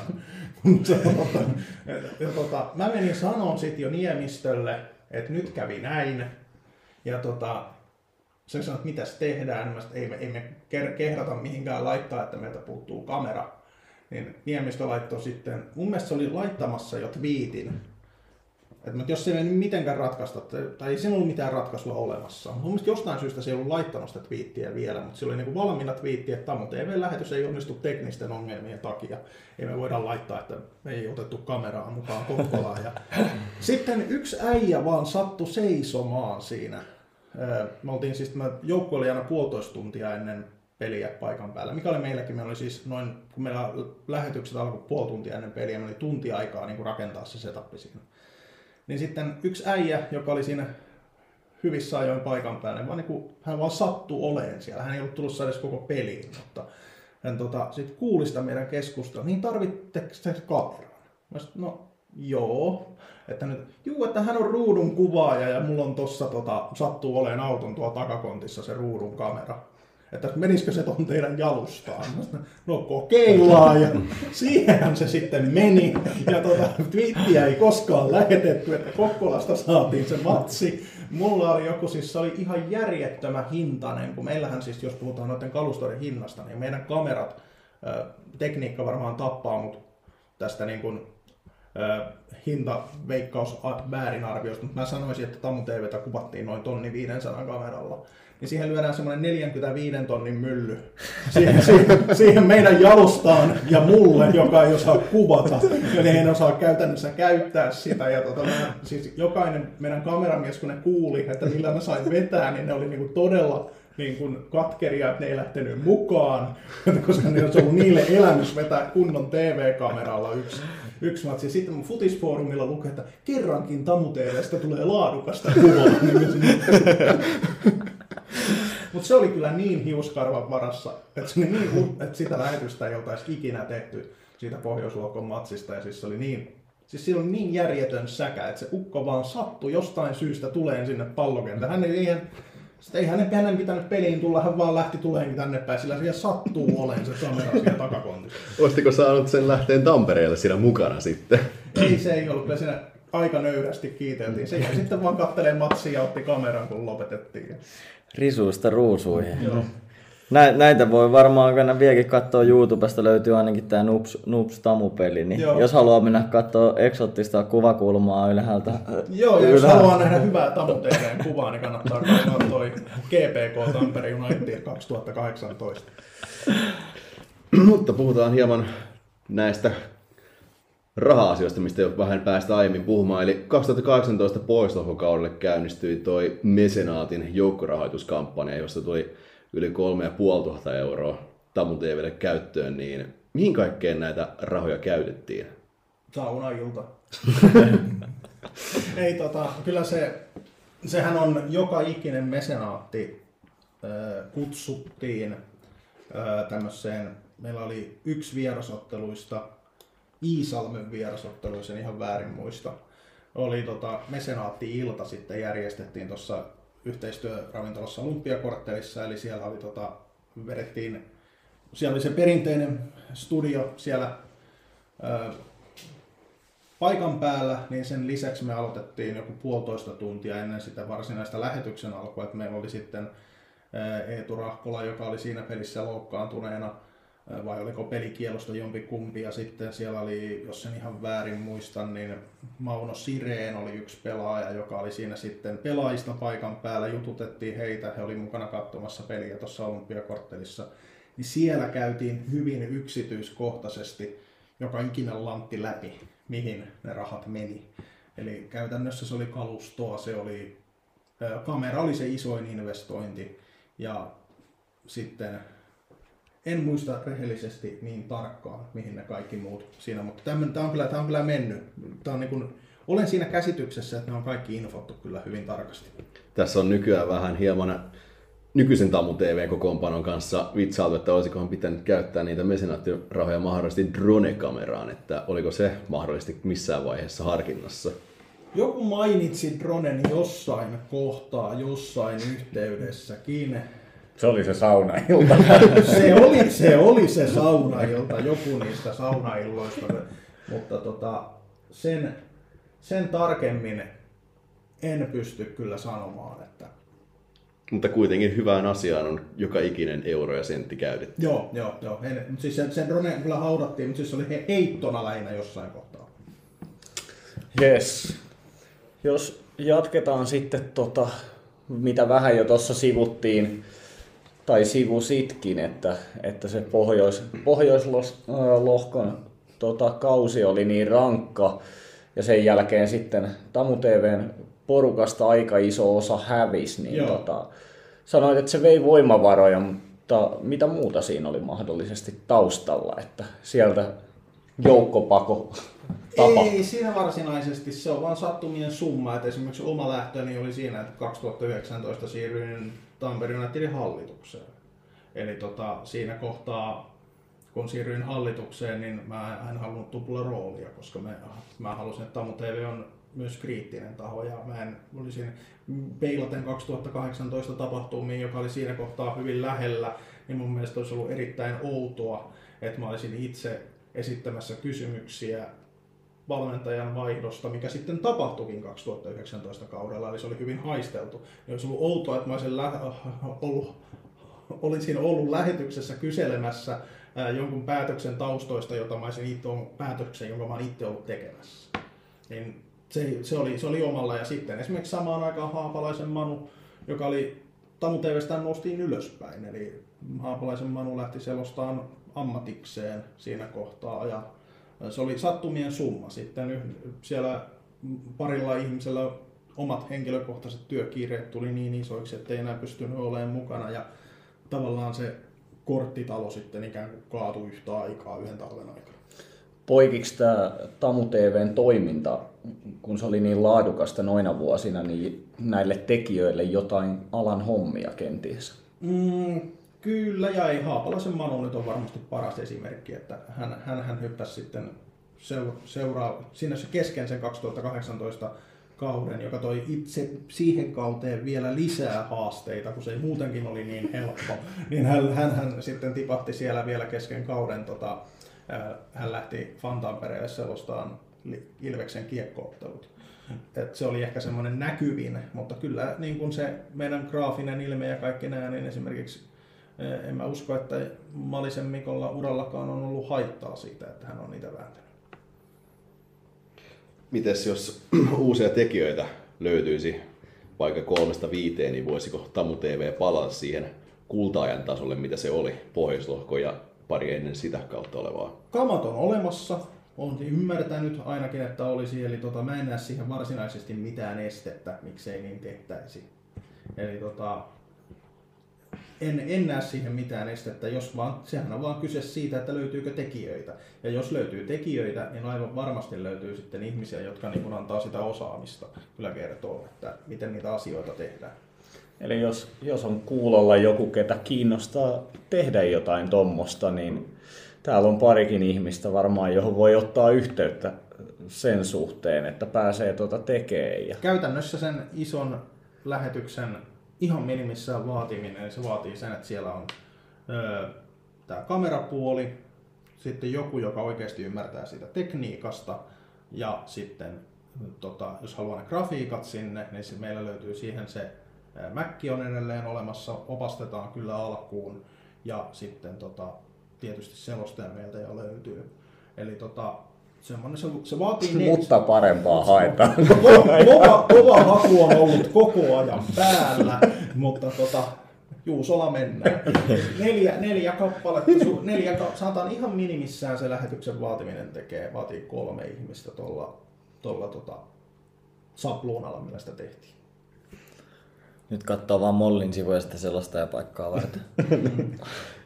ja, tota, mä menin sanoon sit jo Niemistölle, että nyt kävi näin, ja tota, se sanoi, että mitäs tehdään, mä sanoin, että ei me, ei me kehdata mihinkään laittaa, että meiltä puuttuu kamera. Niin Niemistö laittoi sitten, mun mielestä se oli laittamassa jo twiitin, että jos se ei mennyt mitenkään ratkaista, tai ei siinä ollut mitään ratkaisua olemassa. Mun mielestä jostain syystä se ei ollut laittanut sitä twiittiä vielä, mutta se oli niin valmiina twiitti, että Tamu T V-lähetys ei onnistu teknisten ongelmien takia. Ei me voida laittaa, että me ei otettu kameraa mukaan Kokkolaan. Ja sitten yksi äijä vaan sattui seisomaan siinä. Me oltiin siis, joukkue oli aina puolitoista tuntia ennen peliä paikan päällä. Mikä oli meilläkin, meillä oli siis noin, kun meillä lähetykset alkoi puoli tuntia ennen peliä, meillä oli tunti aikaa niin kuin rakentaa se setappi siinä. Niin sitten yksi äijä, joka oli siinä hyvissä ajoin paikan päällä, vaan niin kuin, hän vaan sattui oleen siellä. Hän ei ollut tullut edes koko peliin, mutta hän tota, sitten kuuli sitä meidän keskustelua. Niin tarvitteko te kameran? Mä sanoin, no joo. Että nyt, juu, että hän on ruudun kuvaaja ja mulla on tossa tota, sattuu oleen auton tuolla takakontissa se ruudun kamera. Että menisikö se ton teidän jalustaan? No kokeillaan, ja siihenhän se sitten meni. Ja tuota, twiittiä ei koskaan lähetetty, että Kokkolasta saatiin se matsi. Mulla oli joku, siis se oli ihan järjettömän hintainen, kun meillähän siis, jos puhutaan noiden kalustoiden hinnasta, niin meidän kamerat, tekniikka varmaan tappaa mut tästä niin kuin hintaveikkaus väärinarviosta, mutta mä sanoisin, että Tamu T V:tä kuvattiin noin tonni viisisataa kameralla. Niin siihen lyödään semmoinen neljäkymmentäviisi tonnin mylly siihen, siihen, siihen meidän jalustaan ja mulle, joka ei osaa kuvata ja ne ei osaa käytännössä käyttää sitä. Ja tota, mä, siis jokainen meidän kameramies, kun ne kuuli, että millä mä sain vetää, niin ne oli niinku todella niin kuin katkeria, että ne ei lähtenyt mukaan, koska ne olisi ollut niille elämys vetää kunnon T V-kameralla yksi. Yksi matsi. Sitten mun futisfoorumilla lukee, että kerrankin Tamu T V:stä tulee laadukasta kuvaa. Mutta se oli kyllä niin hiuskarvan varassa, että, se oli niin, että sitä lähetystä ei oltaisi ikinä tehty siitä Pohjoisluokon matsista. Ja siis se oli niin, siis siinä oli niin järjetön säkä, että se ukko vaan sattui jostain syystä tuleen sinne pallokentään. Hän ei, ei, ei hänen, hänen pitänyt peliin tulla, hän vaan lähti tuleenkin tänne päin, sillä siellä sattuu oleen se kamera siellä takakontissa. Olisitko saanut sen lähteen Tampereelle siinä mukana sitten? Ei, se ei ollut. Kyllä siinä aika nöyrästi kiiteltiin. Se jäi sitten vaan kattelee matsia ja otti kameran, kun lopetettiin. Risuista ruusuihin. Joo. Nä, näitä voi varmaan, kun vieläkin katsoa YouTubesta, löytyy ainakin tämä Noobs, Noobs Tamu-peli. Niin jos haluaa mennä katsoa eksoottista kuvakulmaa ylhäältä. Joo, ja jos haluaa nähdä hyvää Tamu T V:n kuvaa, niin kannattaa katsoa toi G P K Tampere United kaksituhattakahdeksantoista. Mutta puhutaan hieman näistä raha-asioista, mistä jo vähän päästä aiemmin puhumaan. Eli kaksituhattakahdeksantoista poislohkokaudelle käynnistyi toi Mesenaatin joukkorahoituskampanja, josta tuli yli kolme ja puoli tuhatta euroa Tamu T V:lle käyttöön. Niin mihin kaikkeen näitä rahoja käytettiin? Saunailta. Ei tota, kyllä se, sehän on joka ikinen mesenaatti äh, kutsuttiin äh, tämmöiseen, meillä oli yksi vierasotteluista, Iisalmen vierasotteluissa, ihan väärin muista. Oli tota, mesenaatti-ilta sitten järjestettiin tuossa yhteistyöravintolassa Olympiakorttelissa, eli siellä oli tota, vedettiin, siellä oli se perinteinen studio siellä ää, paikan päällä, niin sen lisäksi me aloitettiin joku puolitoista tuntia ennen sitä varsinaista lähetyksen alkua, että meillä oli sitten ää, Eetu Rahkola, joka oli siinä pelissä loukkaantuneena, vai oliko pelikielosta jompikumpi, ja sitten siellä oli, jos en ihan väärin muista, niin Mauno Sireen oli yksi pelaaja, joka oli siinä sitten pelaajista paikan päällä, jututettiin heitä, he oli mukana katsomassa peliä tuossa Olympiakorttelissa, niin siellä käytiin hyvin yksityiskohtaisesti joka ikinen lantti läpi, mihin ne rahat meni. Eli käytännössä se oli kalustoa, se oli, kamera oli se isoin investointi, ja sitten en muista rehellisesti niin tarkkaan, mihin ne kaikki muut siinä, mutta tämä on, on kyllä mennyt. Tää on niin kuin, olen siinä käsityksessä, että ne on kaikki infottu kyllä hyvin tarkasti. Tässä on nykyään vähän hieman nykyisen Tamu T V-kokoonpanon kanssa vitsailtu, että olisikohan pitänyt käyttää niitä mesenaattirahoja mahdollisesti drone-kameraan, että oliko se mahdollisesti missään vaiheessa harkinnassa? Joku mainitsi dronen jossain kohtaa, jossain yhteydessäkin. Se oli se saunailta. se, oli, se oli se saunailta, joku niistä saunailloista, mutta tota, sen, sen tarkemmin en pysty kyllä sanomaan, että mutta kuitenkin hyvään asiaan on joka ikinen euro ja sentti käytetty. Joo, joo, joo. En, mutta siis sen, sen drone kyllä haudattiin, mutta siis se oli he heittona lähinnä jossain kohtaa. Yes. Jos jatketaan sitten tota, mitä vähän jo tuossa sivuttiin, tai sivusitkin, että, että se pohjois, pohjoislohkon tota, kausi oli niin rankka, ja sen jälkeen sitten Tamu T V:n porukasta aika iso osa hävisi, niin tota, sanoit, että se vei voimavaroja, mutta mitä muuta siinä oli mahdollisesti taustalla, että sieltä joukkopako tapahtui? Ei siinä varsinaisesti, se on vaan sattumien summa, että esimerkiksi oma lähtöni oli siinä, että kaksituhattayhdeksäntoista siirryin Tampereen Unitedin hallitukseen. Eli tota, siinä kohtaa, kun siirryin hallitukseen, niin mä en halunnut tupla roolia, koska mä, mä halusin, että Tamu T V on myös kriittinen taho, ja mä en olisin peilaten kaksituhattakahdeksantoista tapahtumiin, joka oli siinä kohtaa hyvin lähellä, niin mun mielestä olisi ollut erittäin outoa, että mä olisin itse esittämässä kysymyksiä valmentajan vaihdosta, mikä sitten tapahtuikin kaksituhattayhdeksäntoista kaudella, eli se oli hyvin haisteltu. Niin olisi ollut outoa, että mä olisin lä- ollut, olisin ollut lähetyksessä kyselemässä ää, jonkun päätöksen taustoista, jota mä olisin itse ollut, päätöksen, jonka mä olen itse ollut tekemässä. Niin se, se, oli, se oli omalla, ja sitten esimerkiksi samaan aikaan Haapalaisen Manu, joka oli Tamu T V:stä noustiin ylöspäin, eli Haapalaisen Manu lähti selostaan ammatikseen siinä kohtaa, ja se oli sattumien summa. Sitten siellä parilla ihmisellä omat henkilökohtaiset työkiireet tuli niin isoiksi, ettei enää pystynyt olemaan mukana, ja tavallaan se korttitalo sitten ikään kuin kaatui yhtä aikaa yhden talven aikana. Poikiko tämä Tamu T V:n toiminta, kun se oli niin laadukasta noina vuosina, niin näille tekijöille jotain alan hommia kenties? Mm, kyllä, ja ei Haapalaisen Manu nyt on varmasti paras esimerkki, että hän, hän, hän hyppäsi sitten seura, seuraa, siinä se kesken sen kaksituhattakahdeksantoista kauden, joka toi itse siihen kauteen vielä lisää haasteita, kun se muutenkin oli niin helppo, niin hän, hän, hän sitten tipahti siellä vielä kesken kauden, tota, hän lähti Fantampereelle selostaan Ilveksen kiekko-ottelut. Et se oli ehkä semmoinen näkyvin, mutta kyllä niin kuin se meidän graafinen ilme ja kaikki nämä, niin esimerkiksi en mä usko, että Malisen Mikolla urallakaan on ollut haittaa siitä, että hän on niitä vääntänyt. Mites jos uusia tekijöitä löytyisi vaikka kolmesta viiteen, niin voisiko Tamu T V palata siihen kulta-ajan tasolle, mitä se oli, Pohjoislohko ja pari ennen sitä kautta olevaa? Kamat on olemassa. Olen ymmärtänyt ainakin, että olisi, eli tota, mä en näe siihen varsinaisesti mitään estettä, miksei niin tehtäisi. Eli tota, en, en näe siihen mitään estettä, jos vaan, sehän on vaan kyse siitä, että löytyykö tekijöitä. Ja jos löytyy tekijöitä, niin aivan varmasti löytyy sitten ihmisiä, jotka niin kun antaa sitä osaamista kyllä kertoo, että miten niitä asioita tehdään. Eli jos, jos on kuulolla joku, ketä kiinnostaa tehdä jotain tommosta, niin täällä on parikin ihmistä varmaan, johon voi ottaa yhteyttä sen suhteen, että pääsee tuota tekemään. Ja käytännössä sen ison lähetyksen ihan minimissään vaatiminen, niin se vaatii sen, että siellä on öö, tämä kamerapuoli, sitten joku, joka oikeasti ymmärtää siitä tekniikasta, ja sitten tota, jos haluaa ne grafiikat sinne, niin se meillä löytyy siihen se Mäkki on edelleen olemassa, opastetaan kyllä alkuun, ja sitten tota, tietysti selostaja meiltä jo löytyy. Eli tota, semmoinen, se, se vaatii... Mutta parempaa haetaan. Kova, kova haku on ollut koko ajan päällä, mutta tota, Juusola mennään. Neljä, neljä kappaletta, neljä, sanotaan ihan minimissään se lähetyksen vaatiminen tekee, vaatii kolme ihmistä tuolla, tuolla tota, sapluunalla, millä sitä tehtiin. Nyt katsoo vaan Mollin sivuja sitä selostajapaikkaa varten.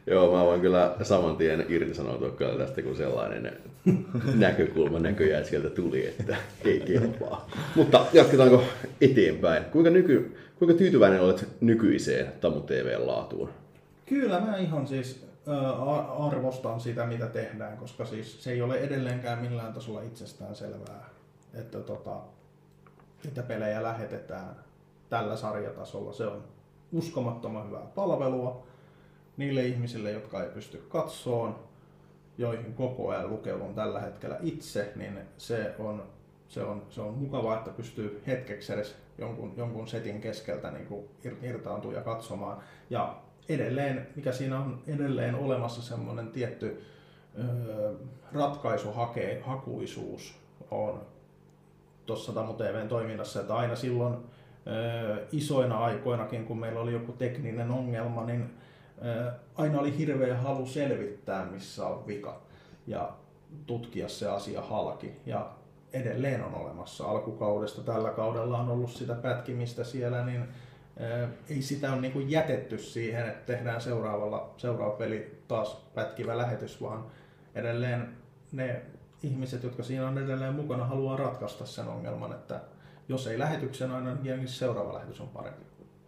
Joo, mä voin kyllä saman tien irtisanoutua kyllä tästä, kun sellainen näkökulma näköjään sieltä tuli, että ei kelpaa. Mutta jatketaanko eteenpäin? Kuinka, nyky, kuinka tyytyväinen olet nykyiseen Tamu T V:n laatuun? Kyllä mä ihan siis äh, arvostan sitä, mitä tehdään, koska siis se ei ole edelleenkään millään tasolla itsestään selvää, että, tota, että pelejä lähetetään tällä sarjatasolla. Se on uskomattoman hyvää palvelua niille ihmisille, jotka ei pysty katsoon, joihin koko ajan lukeudun tällä hetkellä itse, niin se on, se on, se on mukavaa, että pystyy hetkeksi edes jonkun, jonkun setin keskeltä niin kuin irtaantua ja katsomaan. Ja edelleen, mikä siinä on edelleen olemassa semmoinen tietty ö, ratkaisuhakuisuus on tuossa Tamu T V:n toiminnassa, että aina silloin ö, isoina aikoinakin, kun meillä oli joku tekninen ongelma, niin ö, aina oli hirveä halu selvittää, missä on vika ja tutkia se asia halki. Ja edelleen on olemassa alkukaudesta. Tällä kaudella on ollut sitä pätkimistä siellä, niin ei sitä ole niin jätetty siihen, että tehdään seuraavalla, seuraava peli taas pätkivä lähetys, vaan edelleen ne ihmiset, jotka siinä on edelleen mukana, haluaa ratkaista sen ongelman, että jos ei lähetyksen aina, niin seuraava lähetys on parempi.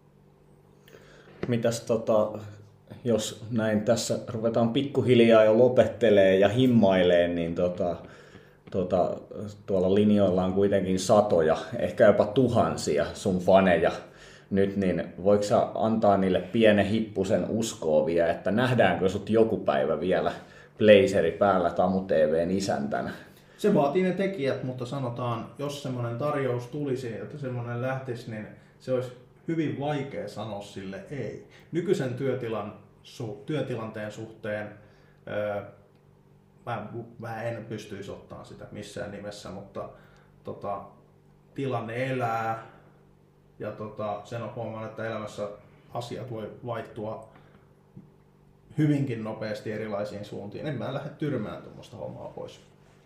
Mitäs tota, jos näin tässä ruvetaan pikkuhiljaa jo lopettelee ja himmailee, niin tota, tota, tuolla linjoilla on kuitenkin satoja, ehkä jopa tuhansia sun faneja nyt, niin voiko sä antaa niille pienen hippusen uskoa vielä, että nähdäänkö sut joku päivä vielä blazeri päällä Tamu T V:n isäntänä? Se vaatii ne tekijät, mutta sanotaan, jos semmoinen tarjous tulisi, että semmoinen lähtisi, niin se olisi hyvin vaikea sanoa sille ei. Nykyisen työtilan, su, työtilanteen suhteen öö, mä, mä en pystyisi ottaa sitä missään nimessä, mutta tota, tilanne elää ja tota, sen on huomannut, että elämässä asiat voi vaihtua hyvinkin nopeasti erilaisiin suuntiin. En mä lähde tyrmään tuommoista hommaa pois.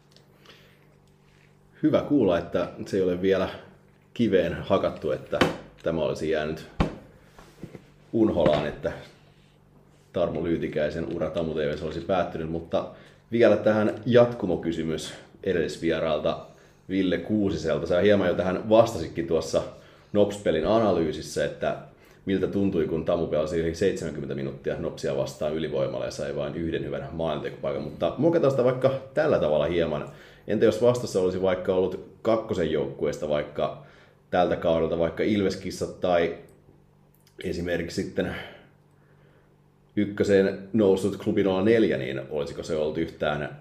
Hyvä kuulla, että se ei ole vielä kiveen hakattu, että tämä olisi jäänyt unholaan, että Tarmo Lyytikäisen ura Tamu T V:ssä olisi päättynyt, mutta vielä tähän jatkumokysymys edellisvieraalta Ville Kuusiselta. Sä hieman jo tähän vastasitkin tuossa Nops-pelin analyysissä, että miltä tuntui, kun Tamu pelasi yli seitsemänkymmentä minuuttia Nopsia vastaan ylivoimalla ja sai vain yhden hyvän maalintekopaikan. Mutta muokataan sitä vaikka tällä tavalla hieman. Entä jos vastassa olisi vaikka ollut kakkosen joukkueesta vaikka tältä kaudelta vaikka Ilveskissat tai esimerkiksi sitten ykköseen noussut klubi nolla neljä, niin olisiko se ollut yhtään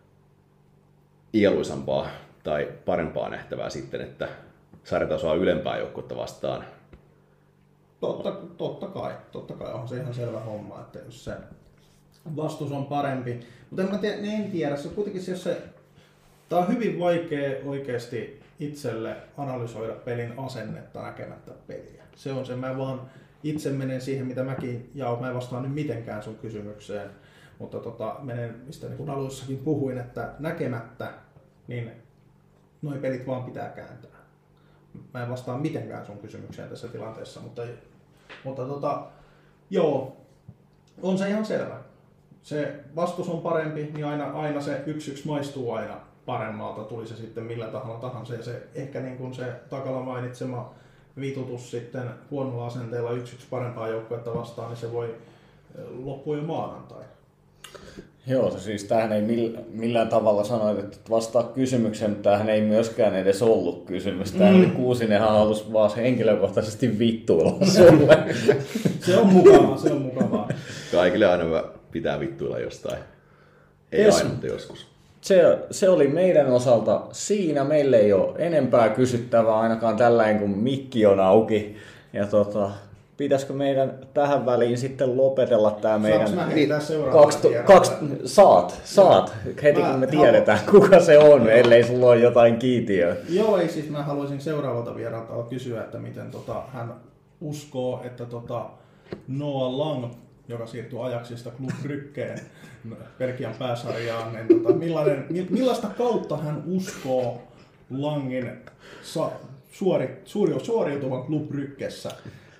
ieluisampaa tai parempaa nähtävää sitten, että sarjatasoa ylempää joukkuetta vastaan? Totta, totta kai, totta kai on se ihan selvä homma, että jos se vastus on parempi. Mutta en, mä tiedä, en tiedä, se kuitenkin jos se, tää on hyvin vaikea oikeasti itselle analysoida pelin asennetta näkemättä peliä. Se on se, mä vaan itse menen siihen, mitä mäkin, ja mä en vastaan nyt mitenkään sun kysymykseen, mutta tota, menen, mistä niin kun alussakin puhuin, että näkemättä, niin noi pelit vaan pitää kääntää. Mä en vastaa mitenkään sun kysymykseen tässä tilanteessa, mutta, mutta tota, joo, on se ihan selvä. Se vastus on parempi, niin aina, aina se yksi yksi maistuu aina paremmalta, tuli se sitten millä tahalla tahansa. Ja se ehkä niin kuin se Takala mainitsema vitutus sitten huonolla asenteella yksi yksi parempaa joukkuetta vastaan, niin se voi loppua jo maanantai. Joo, siis tämähän ei millään tavalla sanoit, että vastaa kysymykseen, mutta tämähän ei myöskään edes ollut kysymys. Tämä mm. oli Kuusinenhan halusi vaan henkilökohtaisesti vittuilla sulle. Se on mukavaa, se on mukavaa. Kaikille aina pitää vittuilla jostain. Ei yes. aina, mutta joskus. Se, se oli meidän osalta siinä. Meille ei ole enempää kysyttävää ainakaan tällainen, kun mikki on auki. Ja tota, pitäisikö meidän tähän väliin sitten lopetella tämä meidän... Saanko mä heittää seuraavaa kaksi, kaksi, Saat, saat. Heti mä kun me tiedetään, haluan... kuka se on, joo. Ellei sulla ole jotain kiitiöä. Joo, ei siis mä haluaisin seuraavalta vieraalta kysyä, että miten tota, hän uskoo, että tota Noah Lang, joka siirtyy Ajaxista Club Bryggeen Belgian pääsarjaan, niin tota, millainen, millaista kautta hän uskoo Langin sa, suori, suori, suoriutuvan Club Bryggessä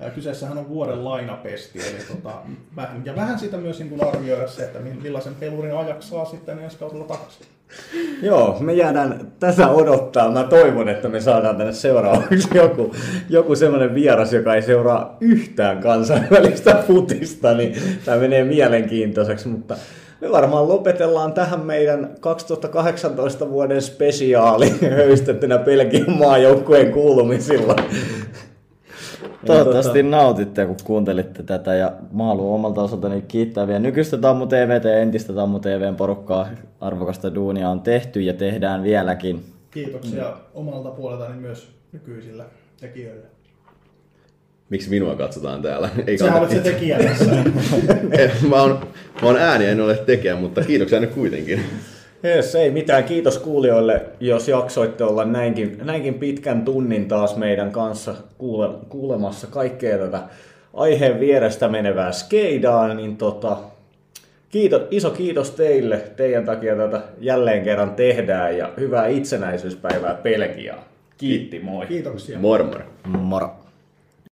Kyseessähän on vuoden lainapesti, eli tota, vähän, ja vähän sitä myös niin kuin arvioida se, että millaisen pelurin Ajax saa sitten ensi kaudella takaisin. Joo, me jäädään tätä odottaa. Mä toivon, että me saadaan tänne seuraavaksi joku, joku semmoinen vieras, joka ei seuraa yhtään kansainvälistä futista, niin tämä menee mielenkiintoiseksi, mutta me varmaan lopetellaan tähän meidän kaksituhattakahdeksantoista vuoden spesiaali höystettynä Belgian maajoukkueen kuulumisilla. Toivottavasti nautitte, kun kuuntelitte tätä, ja mä haluan omalta osaltani kiittää vielä nykyistä Tammu T V:tä ja entistä Tammu T V:n porukkaa. Arvokasta duunia on tehty ja tehdään vieläkin. Kiitoksia mm. omalta puoleltani myös nykyisille tekijöille. Miksi minua katsotaan täällä? Ei Sä olet se tekijä tässä. mä, oon, mä oon ääni, en ole tekijä, mutta kiitoksia nyt kuitenkin. Jes, ei mitään. Kiitos kuulijoille, jos jaksoitte olla näinkin, näinkin pitkän tunnin taas meidän kanssa kuule, kuulemassa kaikkea tätä aiheen vierestä menevää skeidaa. Niin tota, kiitos, iso kiitos teille. Teidän takia tätä jälleen kerran tehdään ja hyvää itsenäisyyspäivää Belgiaan. Kiitti, moi. Kiitoksia. Moro moro. Moro.